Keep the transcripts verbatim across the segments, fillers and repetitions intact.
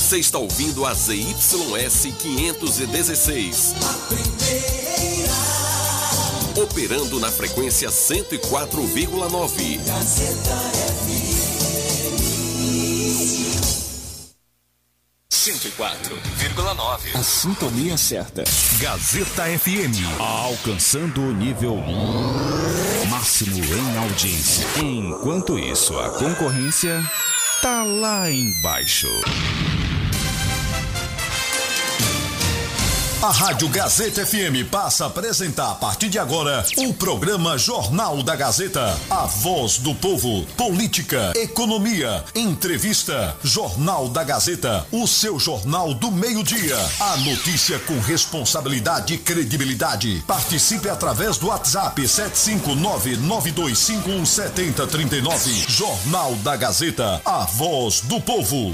Você está ouvindo a Z Y S quinhentos e dezesseis. A primeira. Operando na frequência cento e quatro vírgula nove. Gazeta F M. cento e quatro vírgula nove. A sintonia certa. Gazeta F M. Alcançando o nível máximo em audiência. Enquanto isso, a concorrência tá lá embaixo. A Rádio Gazeta F M passa a apresentar a partir de agora o programa Jornal da Gazeta, a voz do povo, política, economia, entrevista. Jornal da Gazeta, o seu jornal do meio-dia. A notícia com responsabilidade e credibilidade. Participe através do WhatsApp sete cinco nove nove dois cinco um sete zero três nove. Jornal da Gazeta, a voz do povo.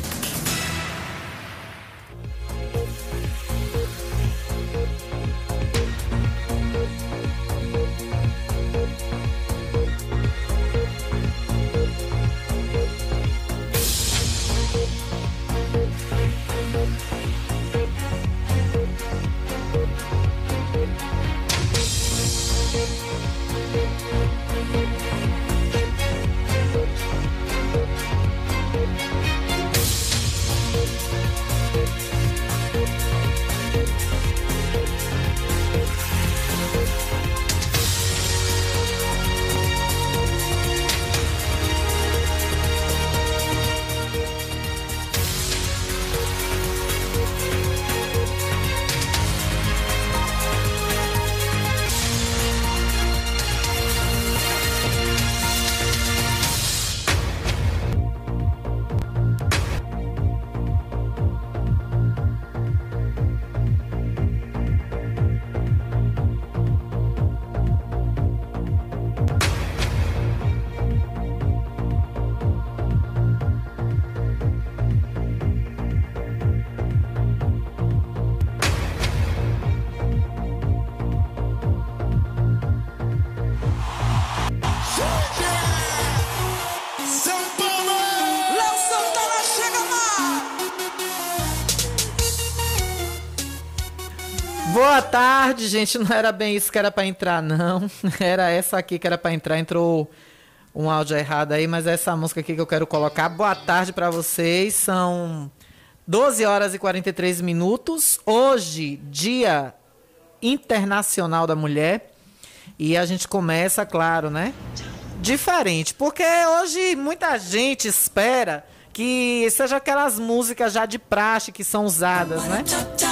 Boa tarde, gente. Não era bem isso que era pra entrar, não. Era essa aqui que era pra entrar. Entrou um áudio errado aí, mas é essa música aqui que eu quero colocar. Boa tarde pra vocês. São doze horas e quarenta e três minutos. Hoje, Dia Internacional da Mulher. E a gente começa, claro, né? Diferente, porque hoje muita gente espera que seja aquelas músicas já de praxe que são usadas, né?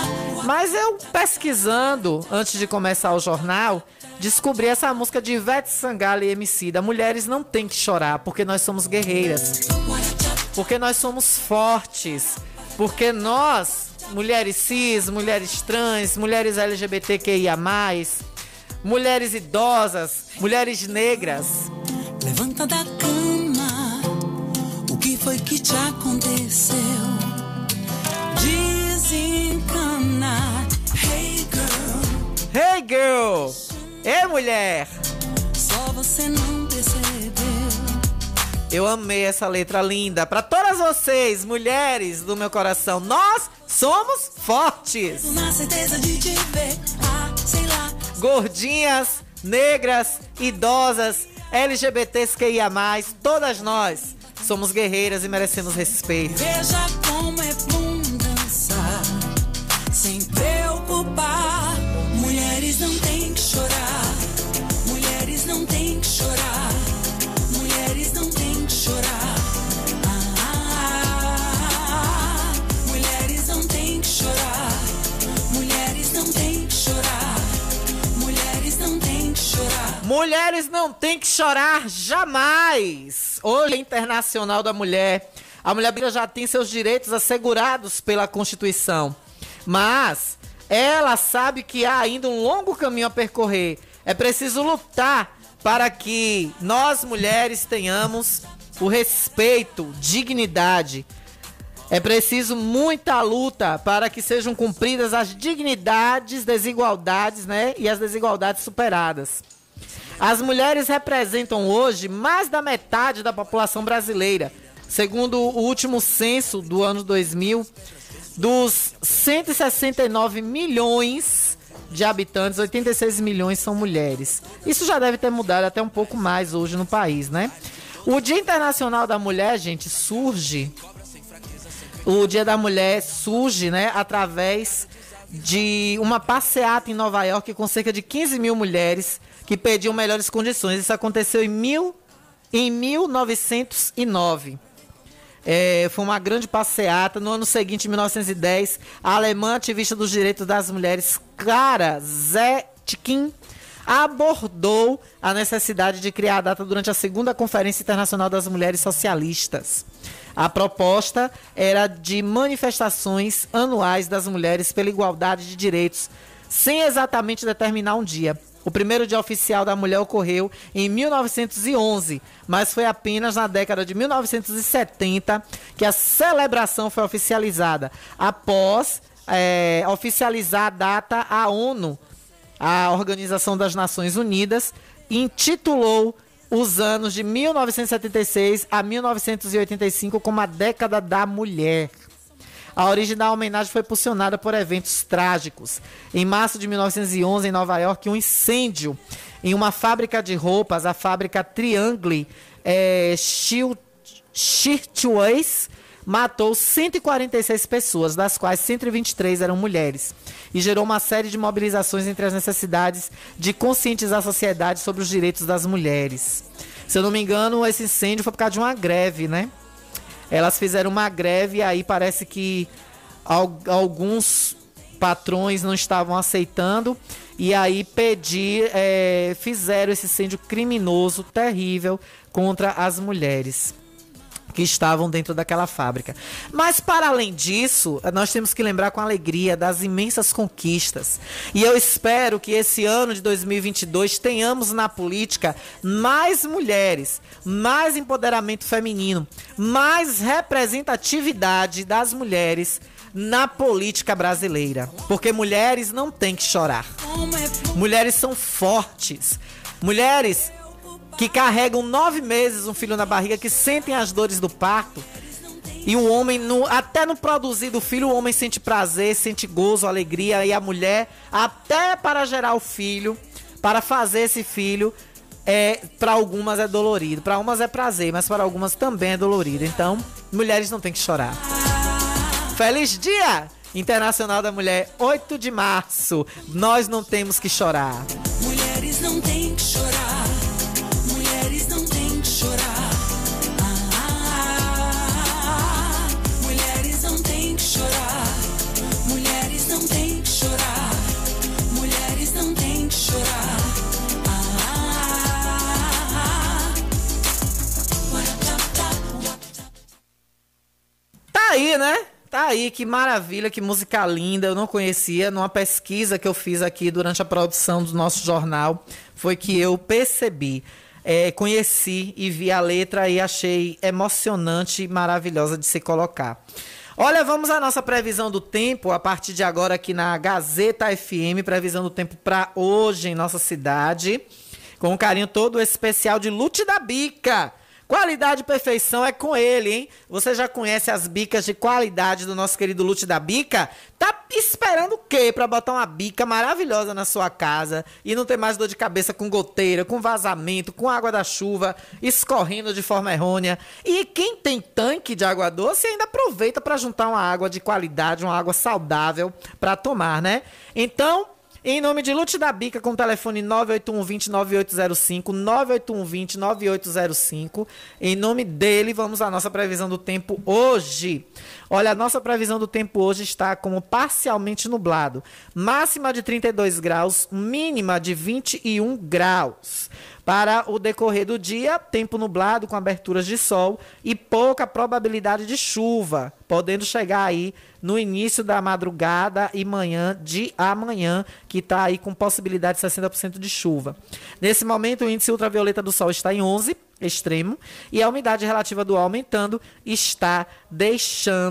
Mas eu, pesquisando, antes de começar o jornal, descobri essa música de Ivete Sangalo e Emicida. Mulheres não tem que chorar, porque nós somos guerreiras. Porque nós somos fortes. Porque nós, mulheres cis, mulheres trans, mulheres L G B T Q I A mais, mulheres idosas, mulheres negras. Levanta da cama, o que foi que te aconteceu? Desencana. Hey girl, hey girl, ei mulher. Só você não percebeu. Eu amei essa letra linda. Para todas vocês, mulheres do meu coração, nós somos fortes. Na certeza de te ver, ah, sei lá. Gordinhas, negras, idosas, L G B T Q I A mais, todas nós somos guerreiras e merecemos respeito. Veja como é bom dançar sem preocupar. Mulheres não tem que chorar. Mulheres não tem que chorar. Mulheres não tem que chorar. Ah, ah, ah. Mulheres não tem que chorar. Mulheres não tem que chorar. Mulheres não tem que chorar. Mulheres não tem que chorar jamais. Hoje é Internacional da Mulher. A mulher já tem seus direitos assegurados pela Constituição. Mas ela sabe que há ainda um longo caminho a percorrer. É preciso lutar para que nós, mulheres, tenhamos o respeito, dignidade. É preciso muita luta para que sejam cumpridas as dignidades, desigualdades, né? E as desigualdades superadas. As mulheres representam hoje mais da metade da população brasileira. Segundo o último censo do ano dois mil, Dos cento e sessenta e nove milhões de habitantes, oitenta e seis milhões são mulheres. Isso já deve ter mudado até um pouco mais hoje no país, né? O Dia Internacional da Mulher, gente, surge... O Dia da Mulher surge, né, através de uma passeata em Nova York com cerca de quinze mil mulheres que pediam melhores condições. Isso aconteceu em, mil, em mil novecentos e nove. É, foi uma grande passeata. No ano seguinte, em mil novecentos e dez, a alemã ativista dos direitos das mulheres, Clara Zetkin, abordou a necessidade de criar a data durante a segunda Conferência Internacional das Mulheres Socialistas. A proposta era de manifestações anuais das mulheres pela igualdade de direitos, sem exatamente determinar um dia. O primeiro dia oficial da mulher ocorreu em mil novecentos e onze, mas foi apenas na década de mil novecentos e setenta que a celebração foi oficializada. Após é, oficializar a data, a ONU, a Organização das Nações Unidas, intitulou os anos de mil novecentos e setenta e seis a mil novecentos e oitenta e cinco como a década da mulher. A origem da homenagem foi impulsionada por eventos trágicos. Em março de mil novecentos e onze, em Nova York, um incêndio em uma fábrica de roupas, a fábrica Triangle é, Shirtwaist, matou cento e quarenta e seis pessoas, das quais cento e vinte e três eram mulheres, e gerou uma série de mobilizações entre as necessidades de conscientizar a sociedade sobre os direitos das mulheres. Se eu não me engano, esse incêndio foi por causa de uma greve, né? Elas fizeram uma greve e aí parece que alguns patrões não estavam aceitando e aí pedir, é, fizeram esse incêndio criminoso, terrível, contra as mulheres que estavam dentro daquela fábrica. Mas, para além disso, nós temos que lembrar com alegria das imensas conquistas. E eu espero que esse ano de dois mil e vinte e dois tenhamos na política mais mulheres, mais empoderamento feminino, mais representatividade das mulheres na política brasileira. Porque mulheres não têm que chorar. Mulheres são fortes. Mulheres que carregam nove meses um filho na barriga, que sentem as dores do parto. E o homem, no, até no produzir do filho, o homem sente prazer, sente gozo, alegria. E a mulher, até para gerar o filho, para fazer esse filho, é, para algumas é dolorido. Para umas é prazer, mas para algumas também é dolorido. Então, mulheres não têm que chorar. Feliz Dia Internacional da Mulher, oito de março. Nós não temos que chorar. Mulheres não têm que chorar. Mulheres não têm que chorar. Ah, ah, ah. Mulheres não têm que chorar. Mulheres não têm que chorar. Mulheres não têm que chorar. Ah, ah, ah. Tá aí, né? Tá aí, que maravilha, que música linda. Eu não conhecia, numa pesquisa que eu fiz aqui durante a produção do nosso jornal, foi que eu percebi. É, conheci e vi a letra e achei emocionante e maravilhosa de se colocar. Olha, vamos à nossa previsão do tempo, a partir de agora aqui na Gazeta F M, previsão do tempo para hoje em nossa cidade, com um carinho todo especial de Lute da Bica. Qualidade e perfeição é com ele, hein? Você já conhece as bicas de qualidade do nosso querido Lute da Bica? Tá esperando o quê pra botar uma bica maravilhosa na sua casa e não ter mais dor de cabeça com goteira, com vazamento, com água da chuva escorrendo de forma errônea? E quem tem tanque de água doce ainda aproveita para juntar uma água de qualidade, uma água saudável para tomar, né? Então, em nome de Lute da Bica, com o telefone nove oito um dois zero nove oito zero cinco, nove oito um dois zero nove oito zero cinco. Em nome dele, vamos à nossa previsão do tempo hoje. Olha, a nossa previsão do tempo hoje está como parcialmente nublado. Máxima de trinta e dois graus, mínima de vinte e um graus. Para o decorrer do dia, tempo nublado com aberturas de sol e pouca probabilidade de chuva, podendo chegar aí no início da madrugada e manhã de amanhã, que está aí com possibilidade de sessenta por cento de chuva. Nesse momento, o índice ultravioleta do sol está em onze, extremo, e a umidade relativa do ar aumentando, está deixando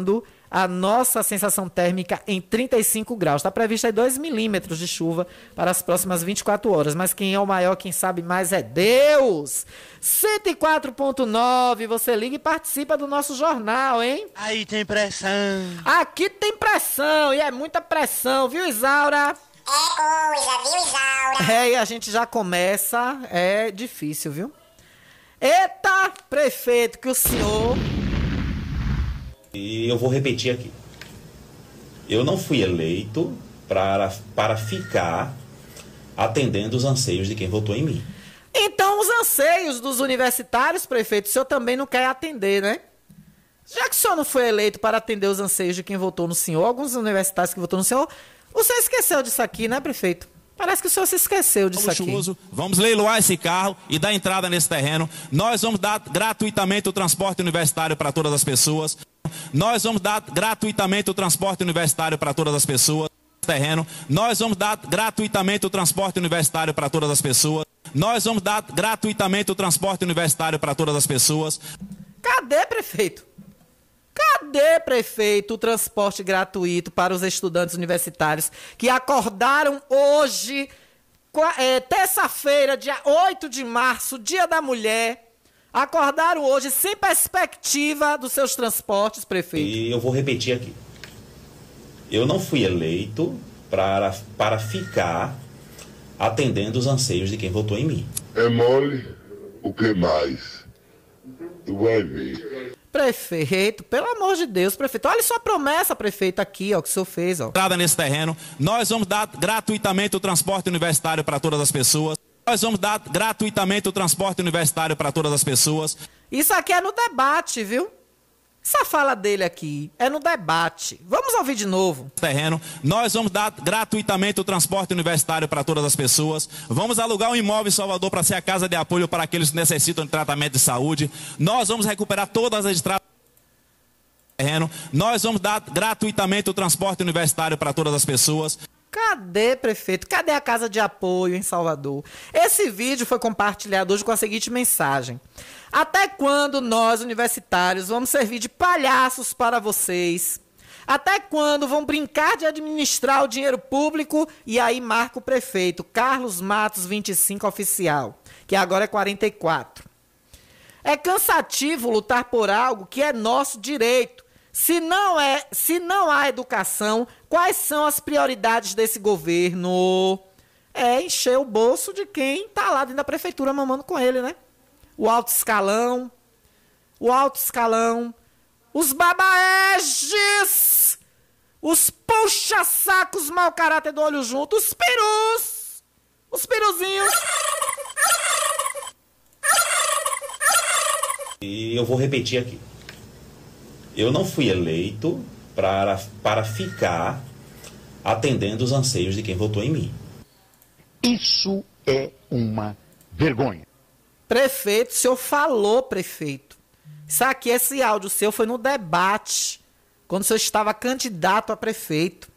a nossa sensação térmica em trinta e cinco graus. Está previsto aí dois milímetros de chuva para as próximas vinte e quatro horas. Mas quem é o maior, quem sabe mais é Deus. cento e quatro ponto nove, você liga e participa do nosso jornal, hein? Aí tem pressão. Aqui tem pressão, e é muita pressão, viu, Isaura? É coisa, viu, Isaura? É, e a gente já começa, é difícil, viu? Eita, prefeito, que o senhor... E eu vou repetir aqui. Eu não fui eleito para, para ficar atendendo os anseios de quem votou em mim. Então, os anseios dos universitários, prefeito, o senhor também não quer atender, né? Já que o senhor não foi eleito para atender os anseios de quem votou no senhor, alguns universitários que votou no senhor, o senhor esqueceu disso aqui, né, prefeito? Parece que o senhor se esqueceu disso aqui. Vamos leiloar esse carro e dar entrada nesse terreno. Nós vamos dar gratuitamente o transporte universitário para todas as pessoas. Nós vamos dar gratuitamente o transporte universitário para todas as pessoas. Terreno. Nós vamos dar gratuitamente o transporte universitário para todas as pessoas. Nós vamos dar gratuitamente o transporte universitário para todas as pessoas. Cadê, prefeito? Cadê, prefeito, o transporte gratuito para os estudantes universitários que acordaram hoje, é, terça-feira, dia oito de março, Dia da Mulher, acordaram hoje sem perspectiva dos seus transportes, prefeito? E eu vou repetir aqui. Eu não fui eleito para, para ficar atendendo os anseios de quem votou em mim. É mole, o que mais? Tu vai ver. Prefeito, pelo amor de Deus, prefeito. Olha sua promessa, prefeito, aqui, ó, que o senhor fez, ó. Entrada nesse terreno. Nós vamos dar gratuitamente o transporte universitário para todas as pessoas. Nós vamos dar gratuitamente o transporte universitário para todas as pessoas. Isso aqui é no debate, viu? Essa fala dele aqui é no debate. Vamos ouvir de novo. Terreno. Nós vamos dar gratuitamente o transporte universitário para todas as pessoas. Vamos alugar um imóvel em Salvador para ser a casa de apoio para aqueles que necessitam de tratamento de saúde. Nós vamos recuperar todas as estradas. Terreno. Nós vamos dar gratuitamente o transporte universitário para todas as pessoas. Cadê, prefeito? Cadê a casa de apoio em Salvador? Esse vídeo foi compartilhado hoje com a seguinte mensagem. Até quando nós, universitários, vamos servir de palhaços para vocês? Até quando vão brincar de administrar o dinheiro público? E aí marca o prefeito, Carlos Matos, vinte e cinco, oficial, que agora é quarenta e quatro. É cansativo lutar por algo que é nosso direito. Se não é, se não há educação, quais são as prioridades desse governo? É encher o bolso de quem está lá dentro da prefeitura mamando com ele, né? O alto escalão, o alto escalão, os babaeges, os puxa-sacos mau caráter do olho junto, os perus, os peruzinhos. E eu vou repetir aqui. Eu não fui eleito para, para ficar atendendo os anseios de quem votou em mim. Isso é uma vergonha. Prefeito, o senhor falou, prefeito. Isso aqui, esse áudio seu foi no debate, quando o senhor estava candidato a prefeito.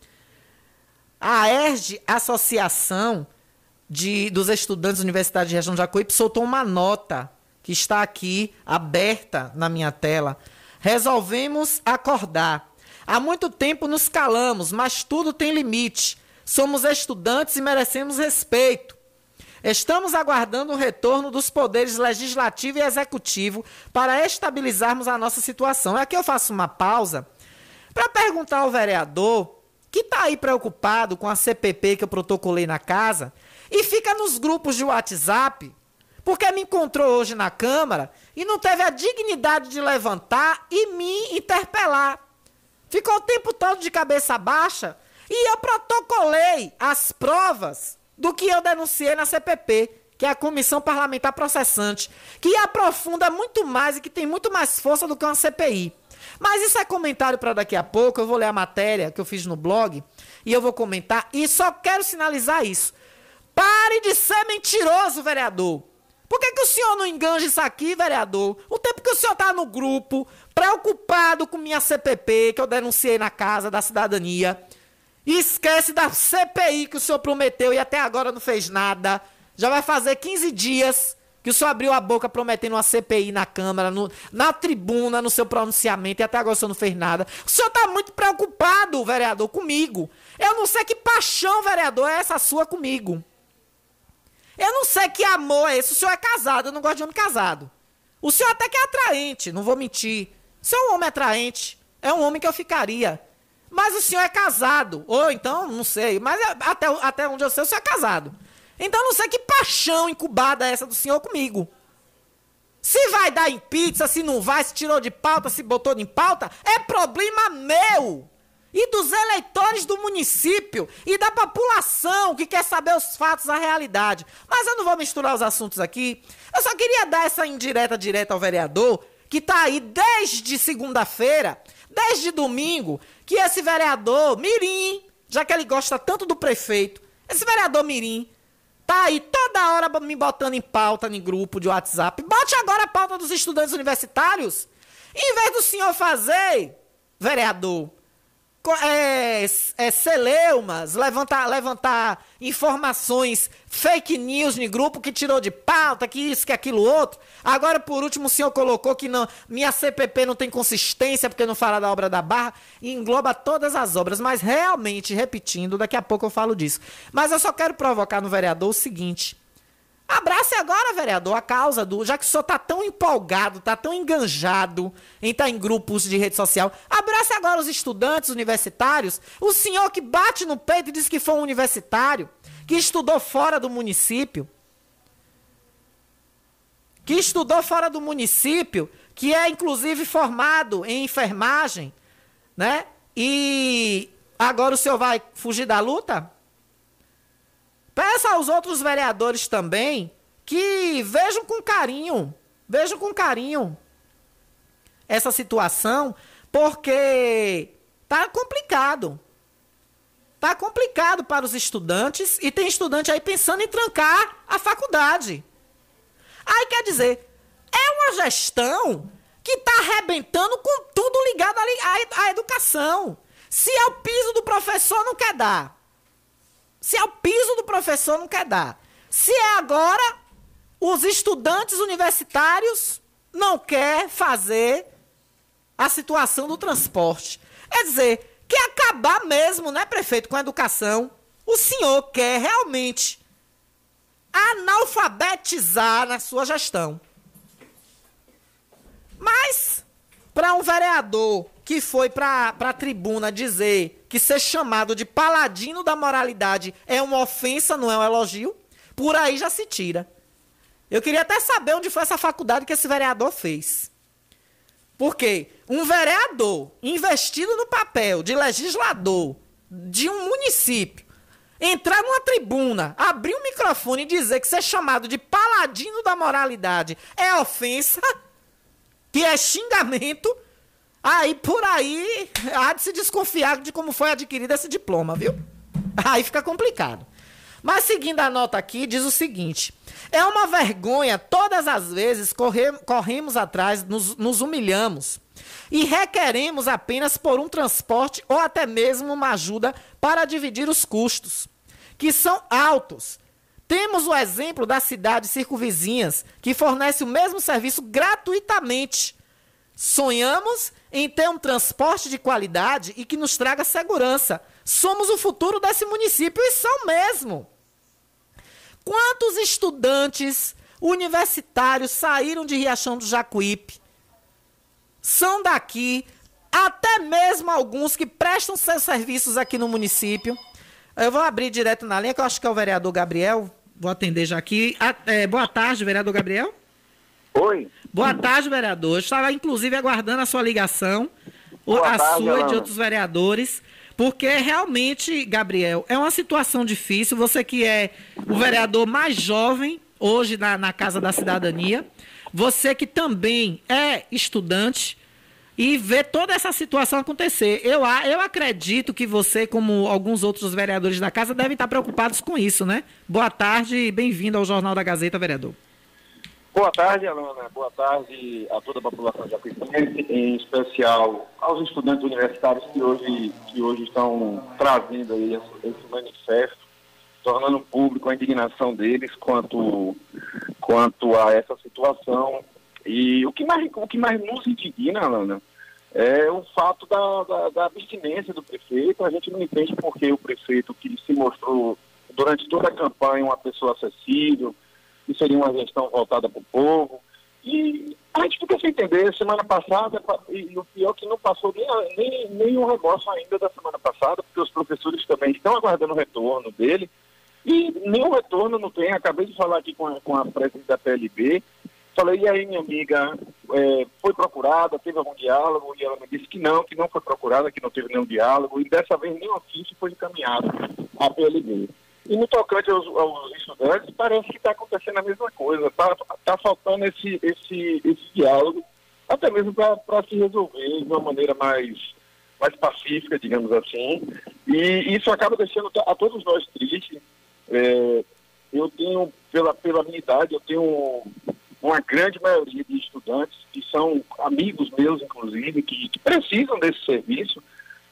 A A E R J, Associação de, dos Estudantes Universitários de Região de Jacuípe, soltou uma nota que está aqui, aberta na minha tela. Resolvemos acordar. Há muito tempo nos calamos, mas tudo tem limite. Somos estudantes e merecemos respeito. Estamos aguardando o retorno dos poderes legislativo e executivo para estabilizarmos a nossa situação. Aqui eu faço uma pausa para perguntar ao vereador que está aí preocupado com a C P P que eu protocolei na casa e fica nos grupos de WhatsApp porque me encontrou hoje na Câmara e não teve a dignidade de levantar e me interpelar. Ficou o tempo todo de cabeça baixa e eu protocolei as provas do que eu denunciei na C P P, que é a Comissão Parlamentar Processante, que aprofunda muito mais e que tem muito mais força do que uma C P I. Mas isso é comentário para daqui a pouco, eu vou ler a matéria que eu fiz no blog e eu vou comentar e só quero sinalizar isso. Pare de ser mentiroso, vereador. Por que, que o senhor não enganja isso aqui, vereador? O tempo que o senhor está no grupo, preocupado com minha C P P, que eu denunciei na Casa da Cidadania, e esquece da C P I que o senhor prometeu e até agora não fez nada. Já vai fazer quinze dias Que o senhor abriu a boca prometendo uma C P I na Câmara, no, na tribuna, no seu pronunciamento, e até agora o senhor não fez nada. O senhor está muito preocupado, vereador, comigo. Eu não sei que paixão, vereador, é essa sua comigo. Eu não sei que amor é esse. O senhor é casado, eu não gosto de homem casado. O senhor até que é atraente, não vou mentir. O senhor é um homem atraente. É um homem que eu ficaria. Mas o senhor é casado. Ou então, não sei. Mas até, até onde eu sei, o senhor é casado. Então não sei que paixão incubada é essa do senhor comigo. Se vai dar em pizza, se não vai, se tirou de pauta, se botou em pauta, é problema meu. E dos eleitores do município e da população que quer saber os fatos, a realidade. Mas eu não vou misturar os assuntos aqui. Eu só queria dar essa indireta direta ao vereador, que tá aí desde segunda-feira, desde domingo, que esse vereador Mirim, já que ele gosta tanto do prefeito, esse vereador Mirim, tá aí toda hora me botando em pauta em grupo de WhatsApp. Bote agora a pauta dos estudantes universitários. Em vez do senhor fazer, vereador, É, é, celeumas, levantar, levantar informações, fake news no grupo que tirou de pauta, que isso, que aquilo outro. Agora, por último, o senhor colocou que não, minha C P P não tem consistência porque não fala da obra da Barra e engloba todas as obras. Mas realmente, repetindo, daqui a pouco eu falo disso. Mas eu só quero provocar no vereador o seguinte. Abrace agora, vereador, a causa do... Já que o senhor tá tão empolgado, tá tão enganjado em estar em grupos de rede social, abrace agora os estudantes universitários. O senhor que bate no peito e diz que foi um universitário, que estudou fora do município, que estudou fora do município, que é inclusive formado em enfermagem, né? E agora o senhor vai fugir da luta? Peça aos outros vereadores também que vejam com carinho, vejam com carinho essa situação, porque tá complicado. Tá complicado para os estudantes e tem estudante aí pensando em trancar a faculdade. Aí quer dizer, é uma gestão que tá arrebentando com tudo ligado à, à educação. Se é o piso do professor, não quer dar. Se é o piso do professor, não quer dar. Se é agora, os estudantes universitários não quer fazer a situação do transporte. Quer dizer, quer acabar mesmo, né, prefeito, com a educação. O senhor quer realmente analfabetizar na sua gestão. Mas, para um vereador que foi para a tribuna dizer que ser chamado de paladino da moralidade é uma ofensa, não é um elogio, por aí já se tira. Eu queria até saber onde foi essa faculdade que esse vereador fez. Porque um vereador investido no papel de legislador de um município, entrar numa tribuna, abrir um microfone e dizer que ser chamado de paladino da moralidade é ofensa, que é xingamento, aí por aí há de se desconfiar de como foi adquirido esse diploma, viu? Aí fica complicado. Mas seguindo a nota aqui, diz o seguinte: é uma vergonha, todas as vezes corre, corremos atrás, nos, nos humilhamos e requeremos apenas por um transporte ou até mesmo uma ajuda para dividir os custos, que são altos. Temos o exemplo das cidades circunvizinhas, que fornecem o mesmo serviço gratuitamente. Sonhamos em ter um transporte de qualidade e que nos traga segurança. Somos o futuro desse município e são mesmo. Quantos estudantes universitários saíram de Riachão do Jacuípe? São daqui, até mesmo alguns que prestam seus serviços aqui no município. Eu vou abrir direto na linha, que eu acho que é o vereador Gabriel. Vou atender já aqui. É, boa tarde, vereador Gabriel. Oi. Boa tarde, vereador. Eu estava, inclusive, aguardando a sua ligação, Boa a tarde, sua Alana. e de outros vereadores, porque realmente, Gabriel, é uma situação difícil. Você que é o vereador mais jovem hoje na, na Casa da Cidadania, você que também é estudante e vê toda essa situação acontecer. Eu, eu acredito que você, como alguns outros vereadores da Casa, devem estar preocupados com isso, né? Boa tarde e bem-vindo ao Jornal da Gazeta, vereador. Boa tarde, Alana. Boa tarde a toda a população de Jacuipense, em especial aos estudantes universitários que hoje, que hoje estão trazendo aí esse, esse manifesto, tornando público a indignação deles quanto, quanto a essa situação. E o que mais, o que mais nos indigna, Alana, é o fato da, da, da abstinência do prefeito. A gente não entende porque o prefeito, que se mostrou durante toda a campanha uma pessoa acessível, que seria uma gestão voltada para o povo, e a gente fica sem entender. Semana passada, e o pior é que não passou nem, nem, nem um remorso ainda da semana passada, porque os professores também estão aguardando o retorno dele, e nenhum retorno não tem. Acabei de falar aqui com a, com a presidente da P L B, falei, e aí, minha amiga, é, foi procurada, teve algum diálogo? E ela me disse que não, que não foi procurada, que não teve nenhum diálogo, e dessa vez nenhum ofício foi encaminhado à P L B. E no tocante aos, aos estudantes, parece que está acontecendo a mesma coisa, está tá faltando esse, esse, esse diálogo, até mesmo para se resolver de uma maneira mais, mais pacífica, digamos assim, e isso acaba deixando a todos nós tristes. É, eu tenho, pela, pela minha idade, eu tenho uma grande maioria de estudantes que são amigos meus, inclusive, que, que precisam desse serviço.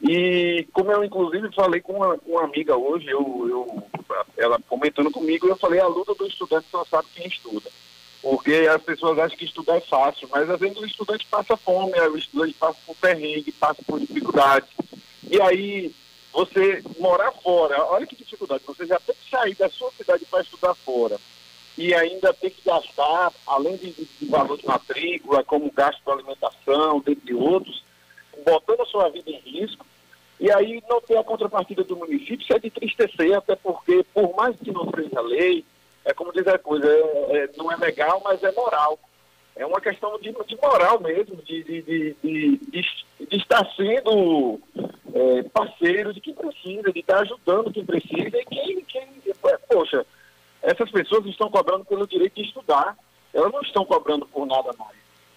E como eu, inclusive, falei com uma, com uma amiga hoje, eu, eu, ela comentando comigo, eu falei, a luta do estudante só sabe quem estuda. Porque as pessoas acham que estudar é fácil, mas às vezes o estudante passa fome, o estudante passa por perrengue, passa por dificuldades. E aí, você morar fora, olha que dificuldade, você já tem que sair da sua cidade para estudar fora. E ainda tem que gastar, além de, de valor de matrícula, como gasto de alimentação, dentre outros, botando a sua vida em risco, e aí não ter a contrapartida do município, isso é de entristecer, até porque, por mais que não seja lei, é como diz a coisa, é, é, não é legal, mas é moral. É uma questão de, de moral mesmo, de, de, de, de, de, de estar sendo é, parceiro de quem precisa, de estar ajudando quem precisa, e quem, quem, poxa, essas pessoas estão cobrando pelo direito de estudar, elas não estão cobrando por nada mais.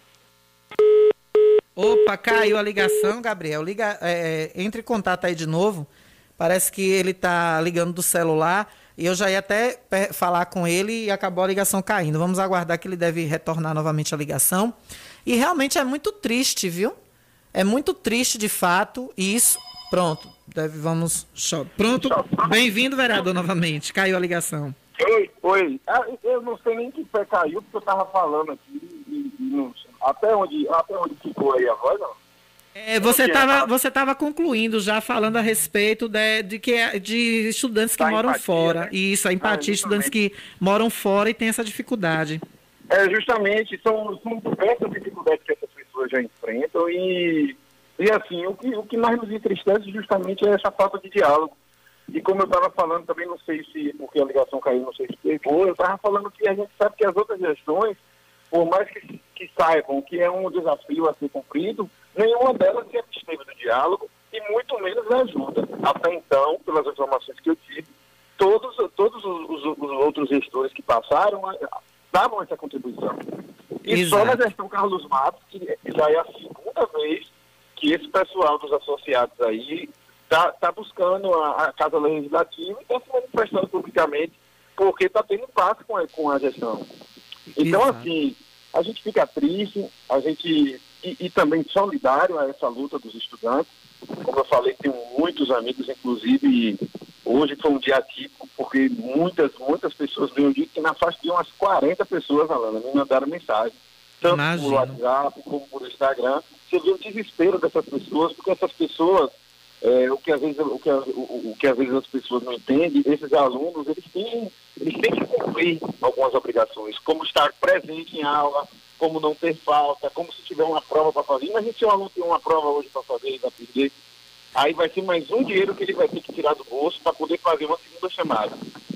Opa, caiu a ligação, Gabriel. Liga, é, entre em contato aí de novo. Parece que ele está ligando do celular e eu já ia até falar com ele e acabou a ligação caindo. Vamos aguardar que ele deve retornar novamente a ligação. E realmente é muito triste, viu? É muito triste de fato. E isso, pronto, deve, vamos... Pronto, bem-vindo, vereador, novamente. Caiu a ligação. Oi, oi. Ah, eu não sei nem que pé caiu, porque eu estava falando aqui e, e não sei. Até onde, até onde ficou aí a voz, não? É, você estava você tava concluindo já falando a respeito de, de, que, de estudantes que da moram empatia, fora. Né? E isso, a empatia, é, estudantes que moram fora e têm essa dificuldade. É, justamente, são, são diversas dificuldades que essas pessoas já enfrentam e, e assim, o que, o que mais nos entristece justamente é essa falta de diálogo. E como eu estava falando, também não sei se, porque a ligação caiu, não sei se pegou, eu estava falando que a gente sabe que as outras gestões, por mais que, que saibam que é um desafio a ser cumprido, nenhuma delas sempre esteve no diálogo e muito menos na ajuda. Até então, pelas informações que eu tive, todos, todos os, os, os outros gestores que passaram davam essa contribuição. E Exato. Só na gestão Carlos Matos, que já é a segunda vez que esse pessoal dos associados aí está tá buscando a, a Casa Legislativa e está se manifestando publicamente porque está tendo impacto com a, com a gestão. Então, Exato. Assim, a gente fica triste, a gente e, e também solidário a essa luta dos estudantes. Como eu falei, tenho muitos amigos, inclusive hoje foi um dia atípico, porque muitas, muitas pessoas, eu digo que na faixa de umas quarenta pessoas, Alana, me mandaram mensagem, tanto Imagina. Por WhatsApp como por Instagram. Você vê o desespero dessas pessoas, porque essas pessoas, é, o, que às vezes, o, que, o, o que às vezes as pessoas não entendem, esses alunos, eles têm, eles têm que cumprir algumas obrigações, como estar presente em aula, como não ter falta, como se tiver uma prova para fazer. Imagina se o aluno tem uma prova hoje para fazer e vai perder, aí vai ser mais um dinheiro que ele vai ter que tirar do bolso para poder fazer uma segunda chamada.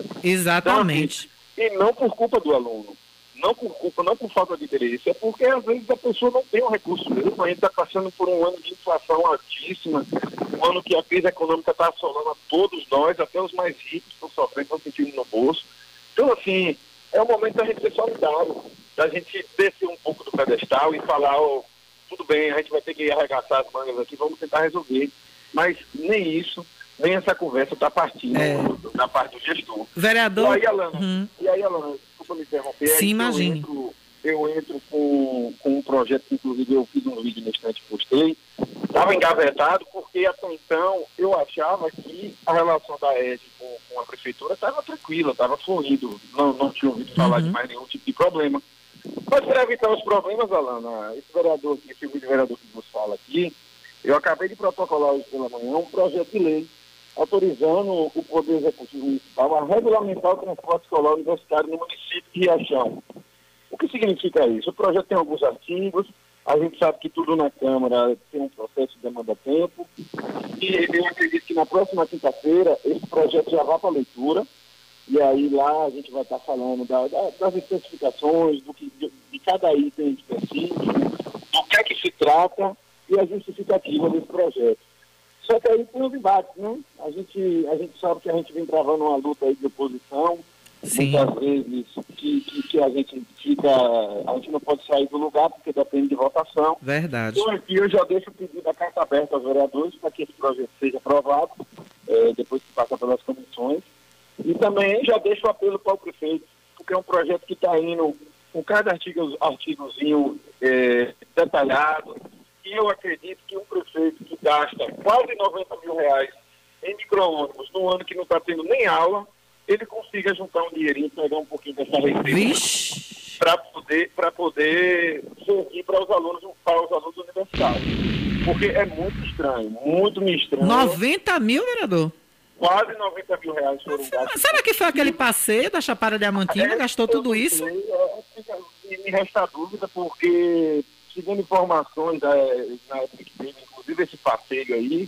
Exatamente. Então, assim, e não por culpa do aluno, não por culpa, não por falta de interesse, é porque às vezes a pessoa não tem um recurso mesmo. A gente está passando por um ano de inflação altíssima, um ano que a crise econômica está assolando a todos nós, até os mais ricos estão sofrendo, estão sentindo no bolso. Então, assim, é o momento da gente ser solidário, da gente descer um pouco do pedestal e falar, oh, tudo bem, a gente vai ter que arregaçar as mangas aqui, vamos tentar resolver. Mas nem isso, nem essa conversa está partindo é. da parte do gestor. Vereador... E aí, Alana, hum. e aí, Alana desculpa me interromper. Sim, aí imagine. Eu entro, eu entro com, com um projeto que, inclusive, eu fiz um vídeo no instante e postei. Estava engavetado porque, até então, eu achava que a relação da E S com, com a prefeitura estava tranquila, estava fluindo. Não, não tinha ouvido falar Uhum. de mais nenhum tipo de problema. Mas, para evitar os problemas, Alana, esse vereador, esse vereador que vos fala aqui, eu acabei de protocolar hoje pela manhã um projeto de lei autorizando o Poder Executivo Municipal a regulamentar o transporte escolar universitário no município de Riachão. O que significa isso? O projeto tem alguns artigos, a gente sabe que tudo na Câmara tem um processo de demanda-tempo, e eu acredito que na próxima quinta-feira esse projeto já vá para leitura, e aí lá a gente vai estar falando da, da, das especificações, do que, de, de cada item específico, do que é que se trata e a justificativa desse projeto. Só que aí tem os embates, né? A gente, a gente sabe que a gente vem travando uma luta aí de oposição, Sim. muitas vezes que, que, que a gente fica, a gente não pode sair do lugar porque depende de votação. Verdade. Então aqui eu já deixo o pedido da carta aberta aos vereadores para que esse projeto seja aprovado, é, depois que passa pelas comissões. E também já deixo o apelo para o prefeito, porque é um projeto que está indo com cada artigo, artigozinho é, detalhado. E eu acredito que um prefeito que gasta quase noventa mil reais em micro-ônibus no ano que não está tendo nem aula, ele consiga juntar um dinheirinho, pegar um pouquinho dessa receita para poder, para poder servir para os alunos, para os alunos universitários. Porque é muito estranho, muito me estranho. noventa mil, vereador? Quase noventa mil reais foram gastos. Será que foi aquele passeio da Chapada Diamantina? É, gastou tudo isso? Sei, é, fica, me resta a dúvida, porque, segundo informações da, na época que teve, inclusive esse passeio aí,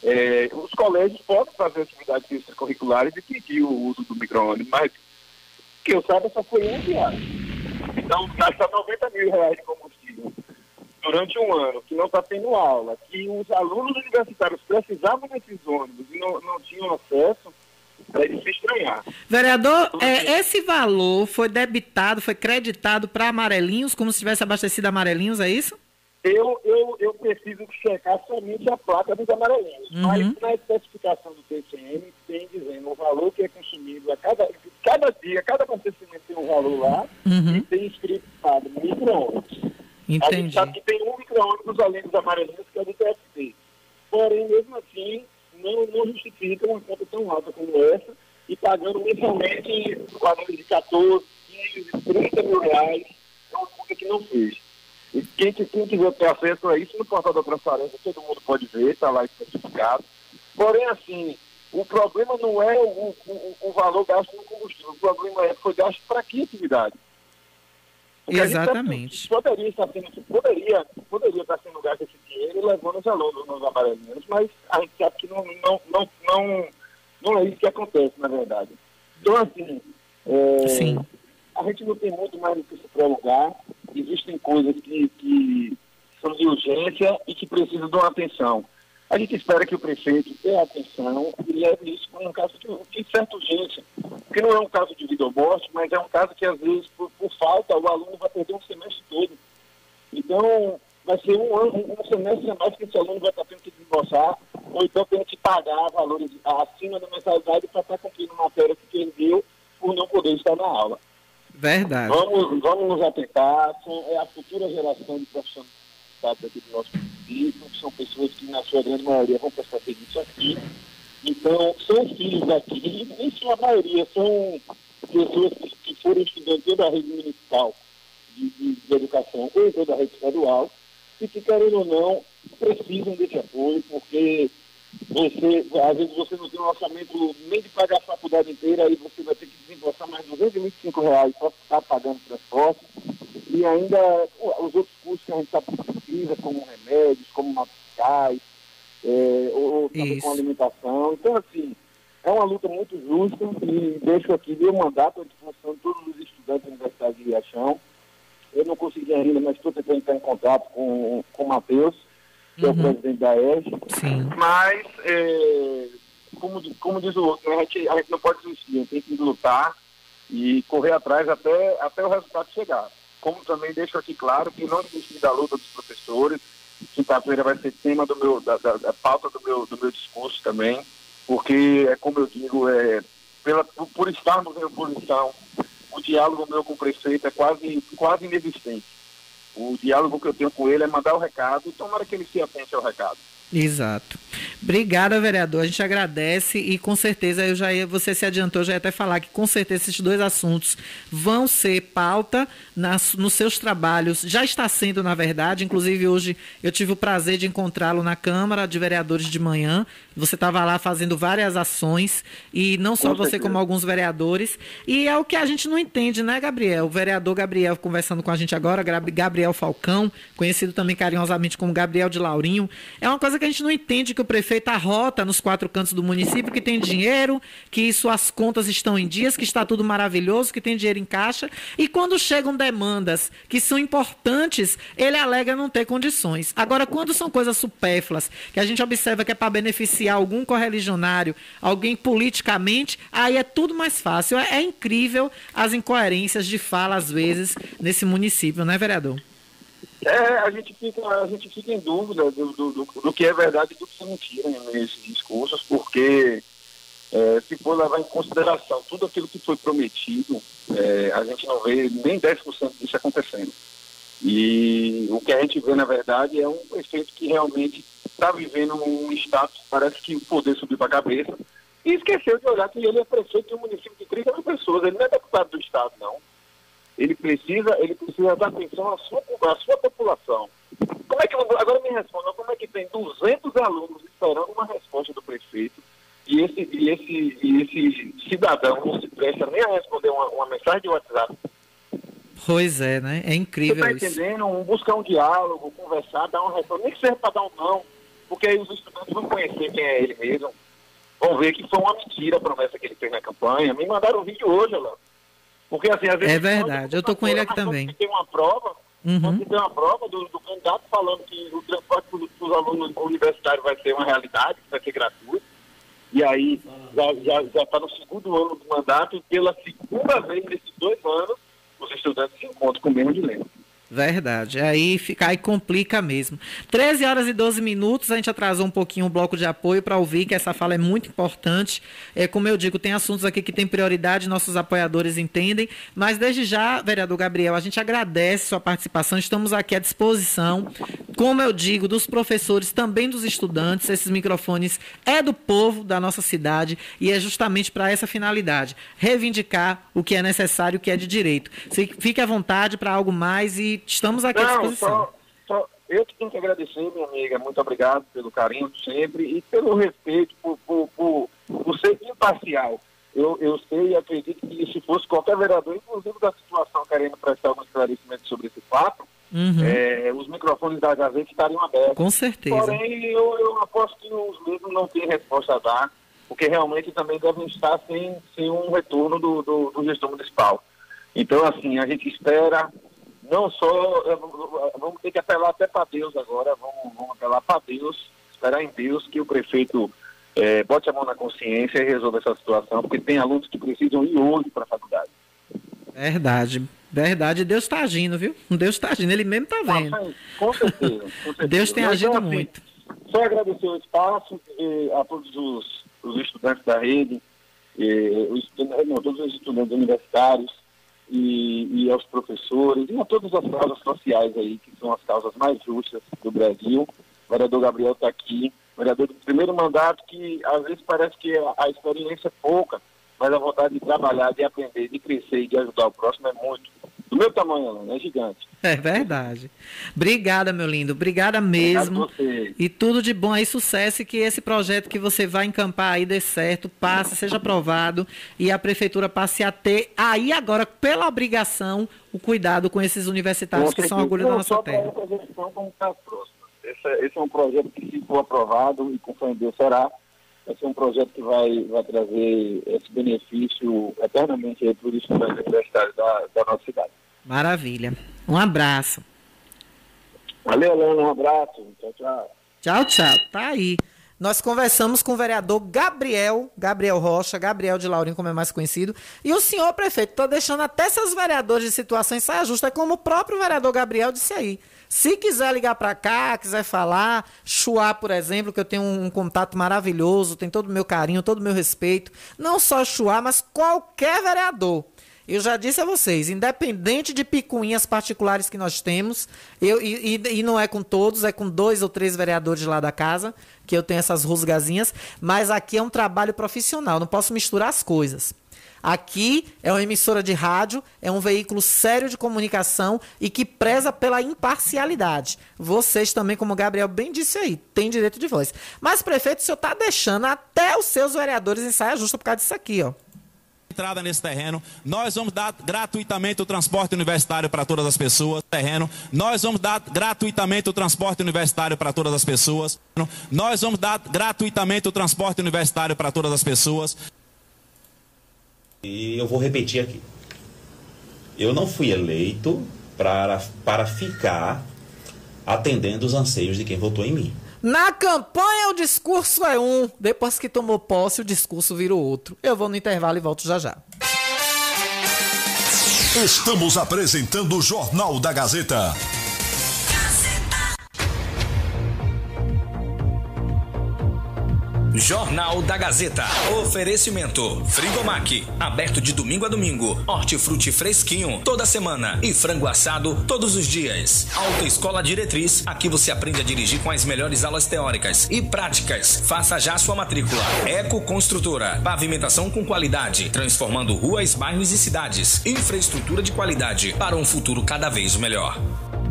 é, os colégios podem fazer atividades extracurriculares e pedir o uso do micro-ônibus, mas, que eu saiba, só foi uma viagem. Então, gastar noventa mil reais de combustível durante um ano, que não está tendo aula, que os alunos universitários precisavam desses ônibus e não, não tinham acesso, para ele se estranhar. Vereador, é, esse valor foi debitado, foi creditado para amarelinhos, como se tivesse abastecido amarelinhos, é isso? Eu, eu, eu preciso checar somente a placa dos amarelinhos, Uhum. mas na especificação do T C M tem dizendo o valor que é consumido a cada, cada dia, cada abastecimento tem um valor lá, Uhum. e tem escrito micro-ônibus. A gente Entendi. sabe que tem um micro-ônibus além dos amarelinhos, que é do T F T. Porém, mesmo assim, não, não justifica uma conta tão alta como essa, e pagando mensalmente valores de quatorze, quinze, trinta mil reais, é uma conta que não fez. E quem, quem quiser ter acesso a isso, no portal da transparência, todo mundo pode ver, está lá especificado. Porém, assim, o problema não é o, o, o valor gasto no combustível, o problema é que foi gasto para que atividade? Porque Exatamente. Poderia estar, sendo, poderia, poderia estar sendo gasto esse dinheiro e levando os alunos nos amarelinhos, mas a gente sabe que não, não, não, não, não é isso que acontece, na verdade. Então, assim, é, Sim. a gente não tem muito mais do que se prolongar. Existem coisas que, que são de urgência e que precisam de uma atenção. A gente espera que o prefeito tenha atenção e leve isso como um caso de, de certa urgência. Porque não é um caso de vida ou morte, mas é um caso que, às vezes, por, por falta, o aluno vai perder um semestre todo. Então, vai ser um, ano, um semestre a mais que esse aluno vai estar tendo que desembolsar, ou então tendo que pagar valores acima da mensalidade para estar cumprindo matéria que perdeu por não poder estar na aula. Verdade. Vamos, vamos nos atentar, são, é a futura geração de profissionais aqui do nosso município, são pessoas que, na sua grande maioria, vão prestar serviço aqui. Então, são filhos daqui, em sua maioria, são pessoas que, que foram estudando toda a rede municipal de, de, de educação, ou toda a rede estadual, e que, querendo ou não, precisam desse apoio, porque você, às vezes você não tem um orçamento nem de pagar a faculdade inteira, aí você vai ter que desembolsar mais duzentos e vinte e cinco reais para estar pagando transporte, e ainda os outros custos que a gente está precisa, como remédios, como materiais, é, ou também com alimentação. Então, assim, é uma luta muito justa e deixo aqui meu mandato à disposição de todos os estudantes universitários de Riachão. Eu não consegui ainda, mas estou tentando entrar em contato com, com o Matheus, que uhum. é o presidente da E S. Sim. Mas, é, como, como diz o outro, a gente, a gente não pode desistir, a gente tem que lutar e correr atrás até, até o resultado chegar. Como também deixo aqui claro que não desistir da luta dos professores. Quinta-feira vai ser tema do meu, da, da, da pauta do meu, do meu discurso também, porque, é como eu digo, é, pela, por, por estarmos em oposição, o diálogo meu com o prefeito é quase, quase inexistente. O diálogo que eu tenho com ele é mandar o recado e tomara que ele se atente ao recado. Exato. Obrigada, vereador. A gente agradece e com certeza eu já ia, você se adiantou, eu já ia até falar que com certeza esses dois assuntos vão ser pauta nas, nos seus trabalhos. Já está sendo, na verdade, inclusive hoje eu tive o prazer de encontrá-lo na Câmara de Vereadores de manhã. Você estava lá fazendo várias ações e não só Com você, certeza. como alguns vereadores. E é o que a gente não entende, né, Gabriel? O vereador Gabriel conversando com a gente agora, Gabriel Falcão, conhecido também carinhosamente como Gabriel de Laurinho, é uma coisa que a gente não entende, que o prefeito arrota nos quatro cantos do município, que tem dinheiro, que suas contas estão em dias, que está tudo maravilhoso, que tem dinheiro em caixa, e quando chegam demandas que são importantes, ele alega não ter condições. Agora, quando são coisas supérfluas, que a gente observa que é para beneficiar algum correligionário, alguém politicamente, aí é tudo mais fácil. É, é incrível as incoerências de fala, às vezes, nesse município, né, vereador? É, a gente fica, a gente fica em dúvida do, do, do, do que é verdade e do que é mentira nesses discursos, porque é, se for levar em consideração tudo aquilo que foi prometido, é, a gente não vê nem dez por cento disso acontecendo. E o que a gente vê, na verdade, é um prefeito que realmente está vivendo um status, parece que o poder subiu para a cabeça, e esqueceu de olhar que ele é prefeito de um município de trinta mil pessoas, ele não é deputado do Estado, não. Ele precisa, ele precisa dar atenção à sua, à sua população. Como é que, agora me responda, como é que tem duzentos alunos esperando uma resposta do prefeito e esse, e esse, e esse cidadão não se presta nem a responder uma, uma mensagem de WhatsApp? Pois é, né? É incrível Você está entendendo? Um, buscar um diálogo, conversar, dar uma resposta, nem que seja para dar um não, porque aí os estudantes vão conhecer quem é ele mesmo, vão ver que foi uma mentira a promessa que ele fez na campanha. Me mandaram um vídeo hoje, Orlando. Porque, assim, às vezes, é verdade, eu estou com ele aqui também. Tem uma prova, uhum. Quando tem uma prova do, do candidato falando que o transporte dos alunos universitários vai ser uma realidade, vai ser gratuito, e aí já já já está no segundo ano do mandato e pela segunda vez nesses dois anos os estudantes se encontram com o mesmo dilema. Verdade, aí fica, aí complica mesmo. treze horas e doze minutos, a gente atrasou um pouquinho o bloco de apoio para ouvir que essa fala é muito importante. É, como eu digo, tem assuntos aqui que tem prioridade, nossos apoiadores entendem, mas desde já, vereador Gabriel, a gente agradece sua participação, estamos aqui à disposição, como eu digo, dos professores, também dos estudantes. Esses microfones é do povo da nossa cidade e é justamente para essa finalidade, reivindicar o que é necessário, o que é de direito. Fique à vontade para algo mais e estamos aqui Não, à disposição. Só, só, eu que tenho que agradecer, minha amiga, muito obrigado pelo carinho sempre e pelo respeito, por, por, por, por ser imparcial. Eu, eu sei e acredito que se fosse qualquer vereador, inclusive da situação, querendo prestar algum esclarecimento sobre esse fato, uhum. é, os microfones da Gazeta estariam abertos. Com certeza. Porém, eu, eu aposto que os mesmos não têm resposta a dar, porque realmente também devem estar sem, sem um retorno do, do, do gestor municipal. Então, assim, a gente espera... Não só, vamos ter que apelar até para Deus agora, vamos, vamos apelar para Deus, esperar em Deus que o prefeito é, bote a mão na consciência e resolva essa situação, porque tem alunos que precisam ir hoje para a faculdade. Verdade, verdade, Deus está agindo, viu? Deus está agindo, ele mesmo está vendo. Ah, com certeza, com certeza. Deus tem agido então, assim, muito. Só agradecer o espaço e a todos os, os estudantes da rede, e, os, não, todos os estudantes universitários, E, e aos professores, e a todas as causas sociais aí, que são as causas mais justas do Brasil. O vereador Gabriel está aqui, vereador do primeiro mandato, que às vezes parece que a, a experiência é pouca, mas a vontade de trabalhar, de aprender, de crescer e de ajudar o próximo é muito. Do meu tamanho, Ana, é gigante. É verdade. Obrigada, meu lindo. Obrigada mesmo. Obrigado você. E tudo de bom aí, sucesso, e que esse projeto que você vai encampar aí dê certo, passe, seja aprovado e a prefeitura passe a ter aí agora, pela obrigação, o cuidado com esses universitários que são orgulho da nossa terra. Não, só para essa gestão como para as próximas. Esse, esse é um projeto que, se for aprovado, e com fé em Deus será, vai ser um projeto que vai, vai trazer esse benefício eternamente para os estudantes universitários da, da nossa cidade. Maravilha. Um abraço. Valeu, Helena. Um abraço. Tchau, tchau. Tchau, tchau. Tá aí. Nós conversamos com o vereador Gabriel, Gabriel Rocha, Gabriel de Laurinho, como é mais conhecido, e o senhor prefeito está deixando até seus vereadores de situação em saia justa, como o próprio vereador Gabriel disse aí. Se quiser ligar para cá, quiser falar, Chuá, por exemplo, que eu tenho um, um contato maravilhoso, tem todo o meu carinho, todo o meu respeito, não só Chuá, mas qualquer vereador. Eu já disse a vocês, independente de picuinhas particulares que nós temos, eu, e, e, e não é com todos, é com dois ou três vereadores lá da casa, que eu tenho essas rusgazinhas, mas aqui é um trabalho profissional, não posso misturar as coisas. Aqui é uma emissora de rádio, é um veículo sério de comunicação e que preza pela imparcialidade. Vocês também, como o Gabriel bem disse aí, têm direito de voz. Mas, prefeito, o senhor está deixando até os seus vereadores em saia justa por causa disso aqui, ó. Entrada nesse terreno, nós vamos dar gratuitamente o transporte universitário para todas as pessoas. Terreno, nós vamos dar gratuitamente o transporte universitário para todas as pessoas. Nós vamos dar gratuitamente o transporte universitário para todas as pessoas. E eu vou repetir aqui. Eu não fui eleito para, para ficar atendendo os anseios de quem votou em mim. Na campanha o discurso é um, depois que tomou posse o discurso vira outro. Eu vou no intervalo e volto já já. Estamos apresentando o Jornal da Gazeta. Jornal da Gazeta. Oferecimento. Frigomac. Aberto de domingo a domingo. Hortifruti fresquinho toda semana. E frango assado todos os dias. Autoescola Diretriz. Aqui você aprende a dirigir com as melhores aulas teóricas e práticas. Faça já sua matrícula. Eco Construtora. Pavimentação com qualidade. Transformando ruas, bairros e cidades. Infraestrutura de qualidade para um futuro cada vez melhor.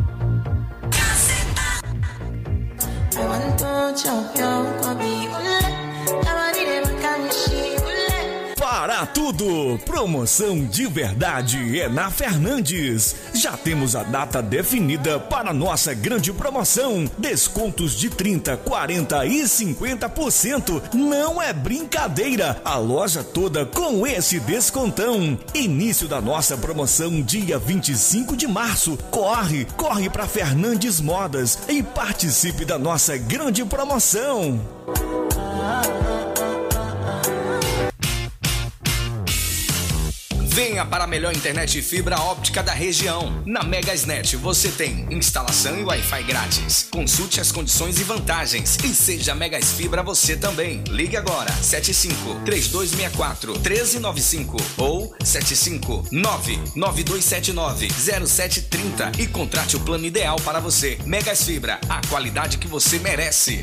Para tudo, promoção de verdade é na Fernandes. Já temos a data definida para nossa grande promoção. Descontos de trinta, quarenta e cinquenta por cento. Não é brincadeira. A loja toda com esse descontão. Início da nossa promoção dia vinte e cinco de março. Corre, corre para Fernandes Modas e participe da nossa grande promoção. Venha para a melhor internet e fibra óptica da região. Na Megasnet você tem instalação e Wi-Fi grátis. Consulte as condições e vantagens e seja Megas Fibra você também. Ligue agora sete cinco, três dois seis quatro, um três nove cinco ou sete cinco nove, nove dois sete nove, zero sete três zero e contrate o plano ideal para você. Megas Fibra, a qualidade que você merece.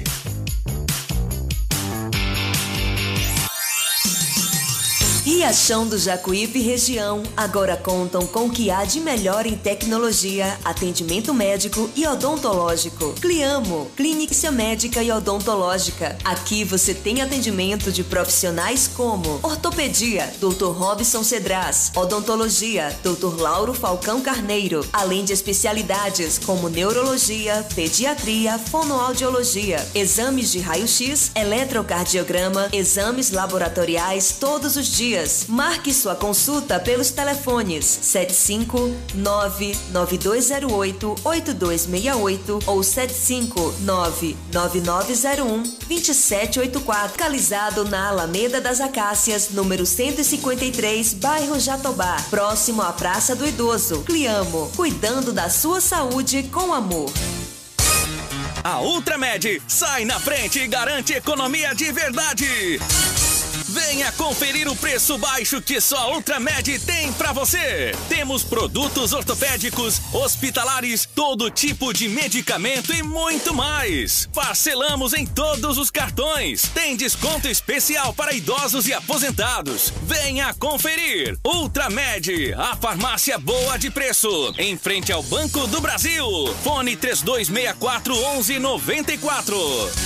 Riachão do Jacuípe região agora contam com o que há de melhor em tecnologia, atendimento médico e odontológico. Cliamo, clínica médica e odontológica. Aqui você tem atendimento de profissionais como ortopedia, doutor Robson Cedras, odontologia, doutor Lauro Falcão Carneiro, além de especialidades como neurologia, pediatria, fonoaudiologia, exames de raio-x, eletrocardiograma, exames laboratoriais todos os dias. Marque sua consulta pelos telefones sete cinco nove, nove dois zero oito, oito dois seis oito ou sete cinco nove, nove nove zero um, dois sete oito quatro. Localizado na Alameda das Acácias, número cento e cinquenta e três, bairro Jatobá, próximo à Praça do Idoso. Cliamo, cuidando da sua saúde com amor. A Ultramed sai na frente e garante economia de verdade. Venha conferir o preço baixo que só a Ultramed tem pra você. Temos produtos ortopédicos, hospitalares, todo tipo de medicamento e muito mais. Parcelamos em todos os cartões. Tem desconto especial para idosos e aposentados. Venha conferir. Ultramed, a farmácia boa de preço. Em frente ao Banco do Brasil. Fone três dois seis quatro, onze noventa e quatro.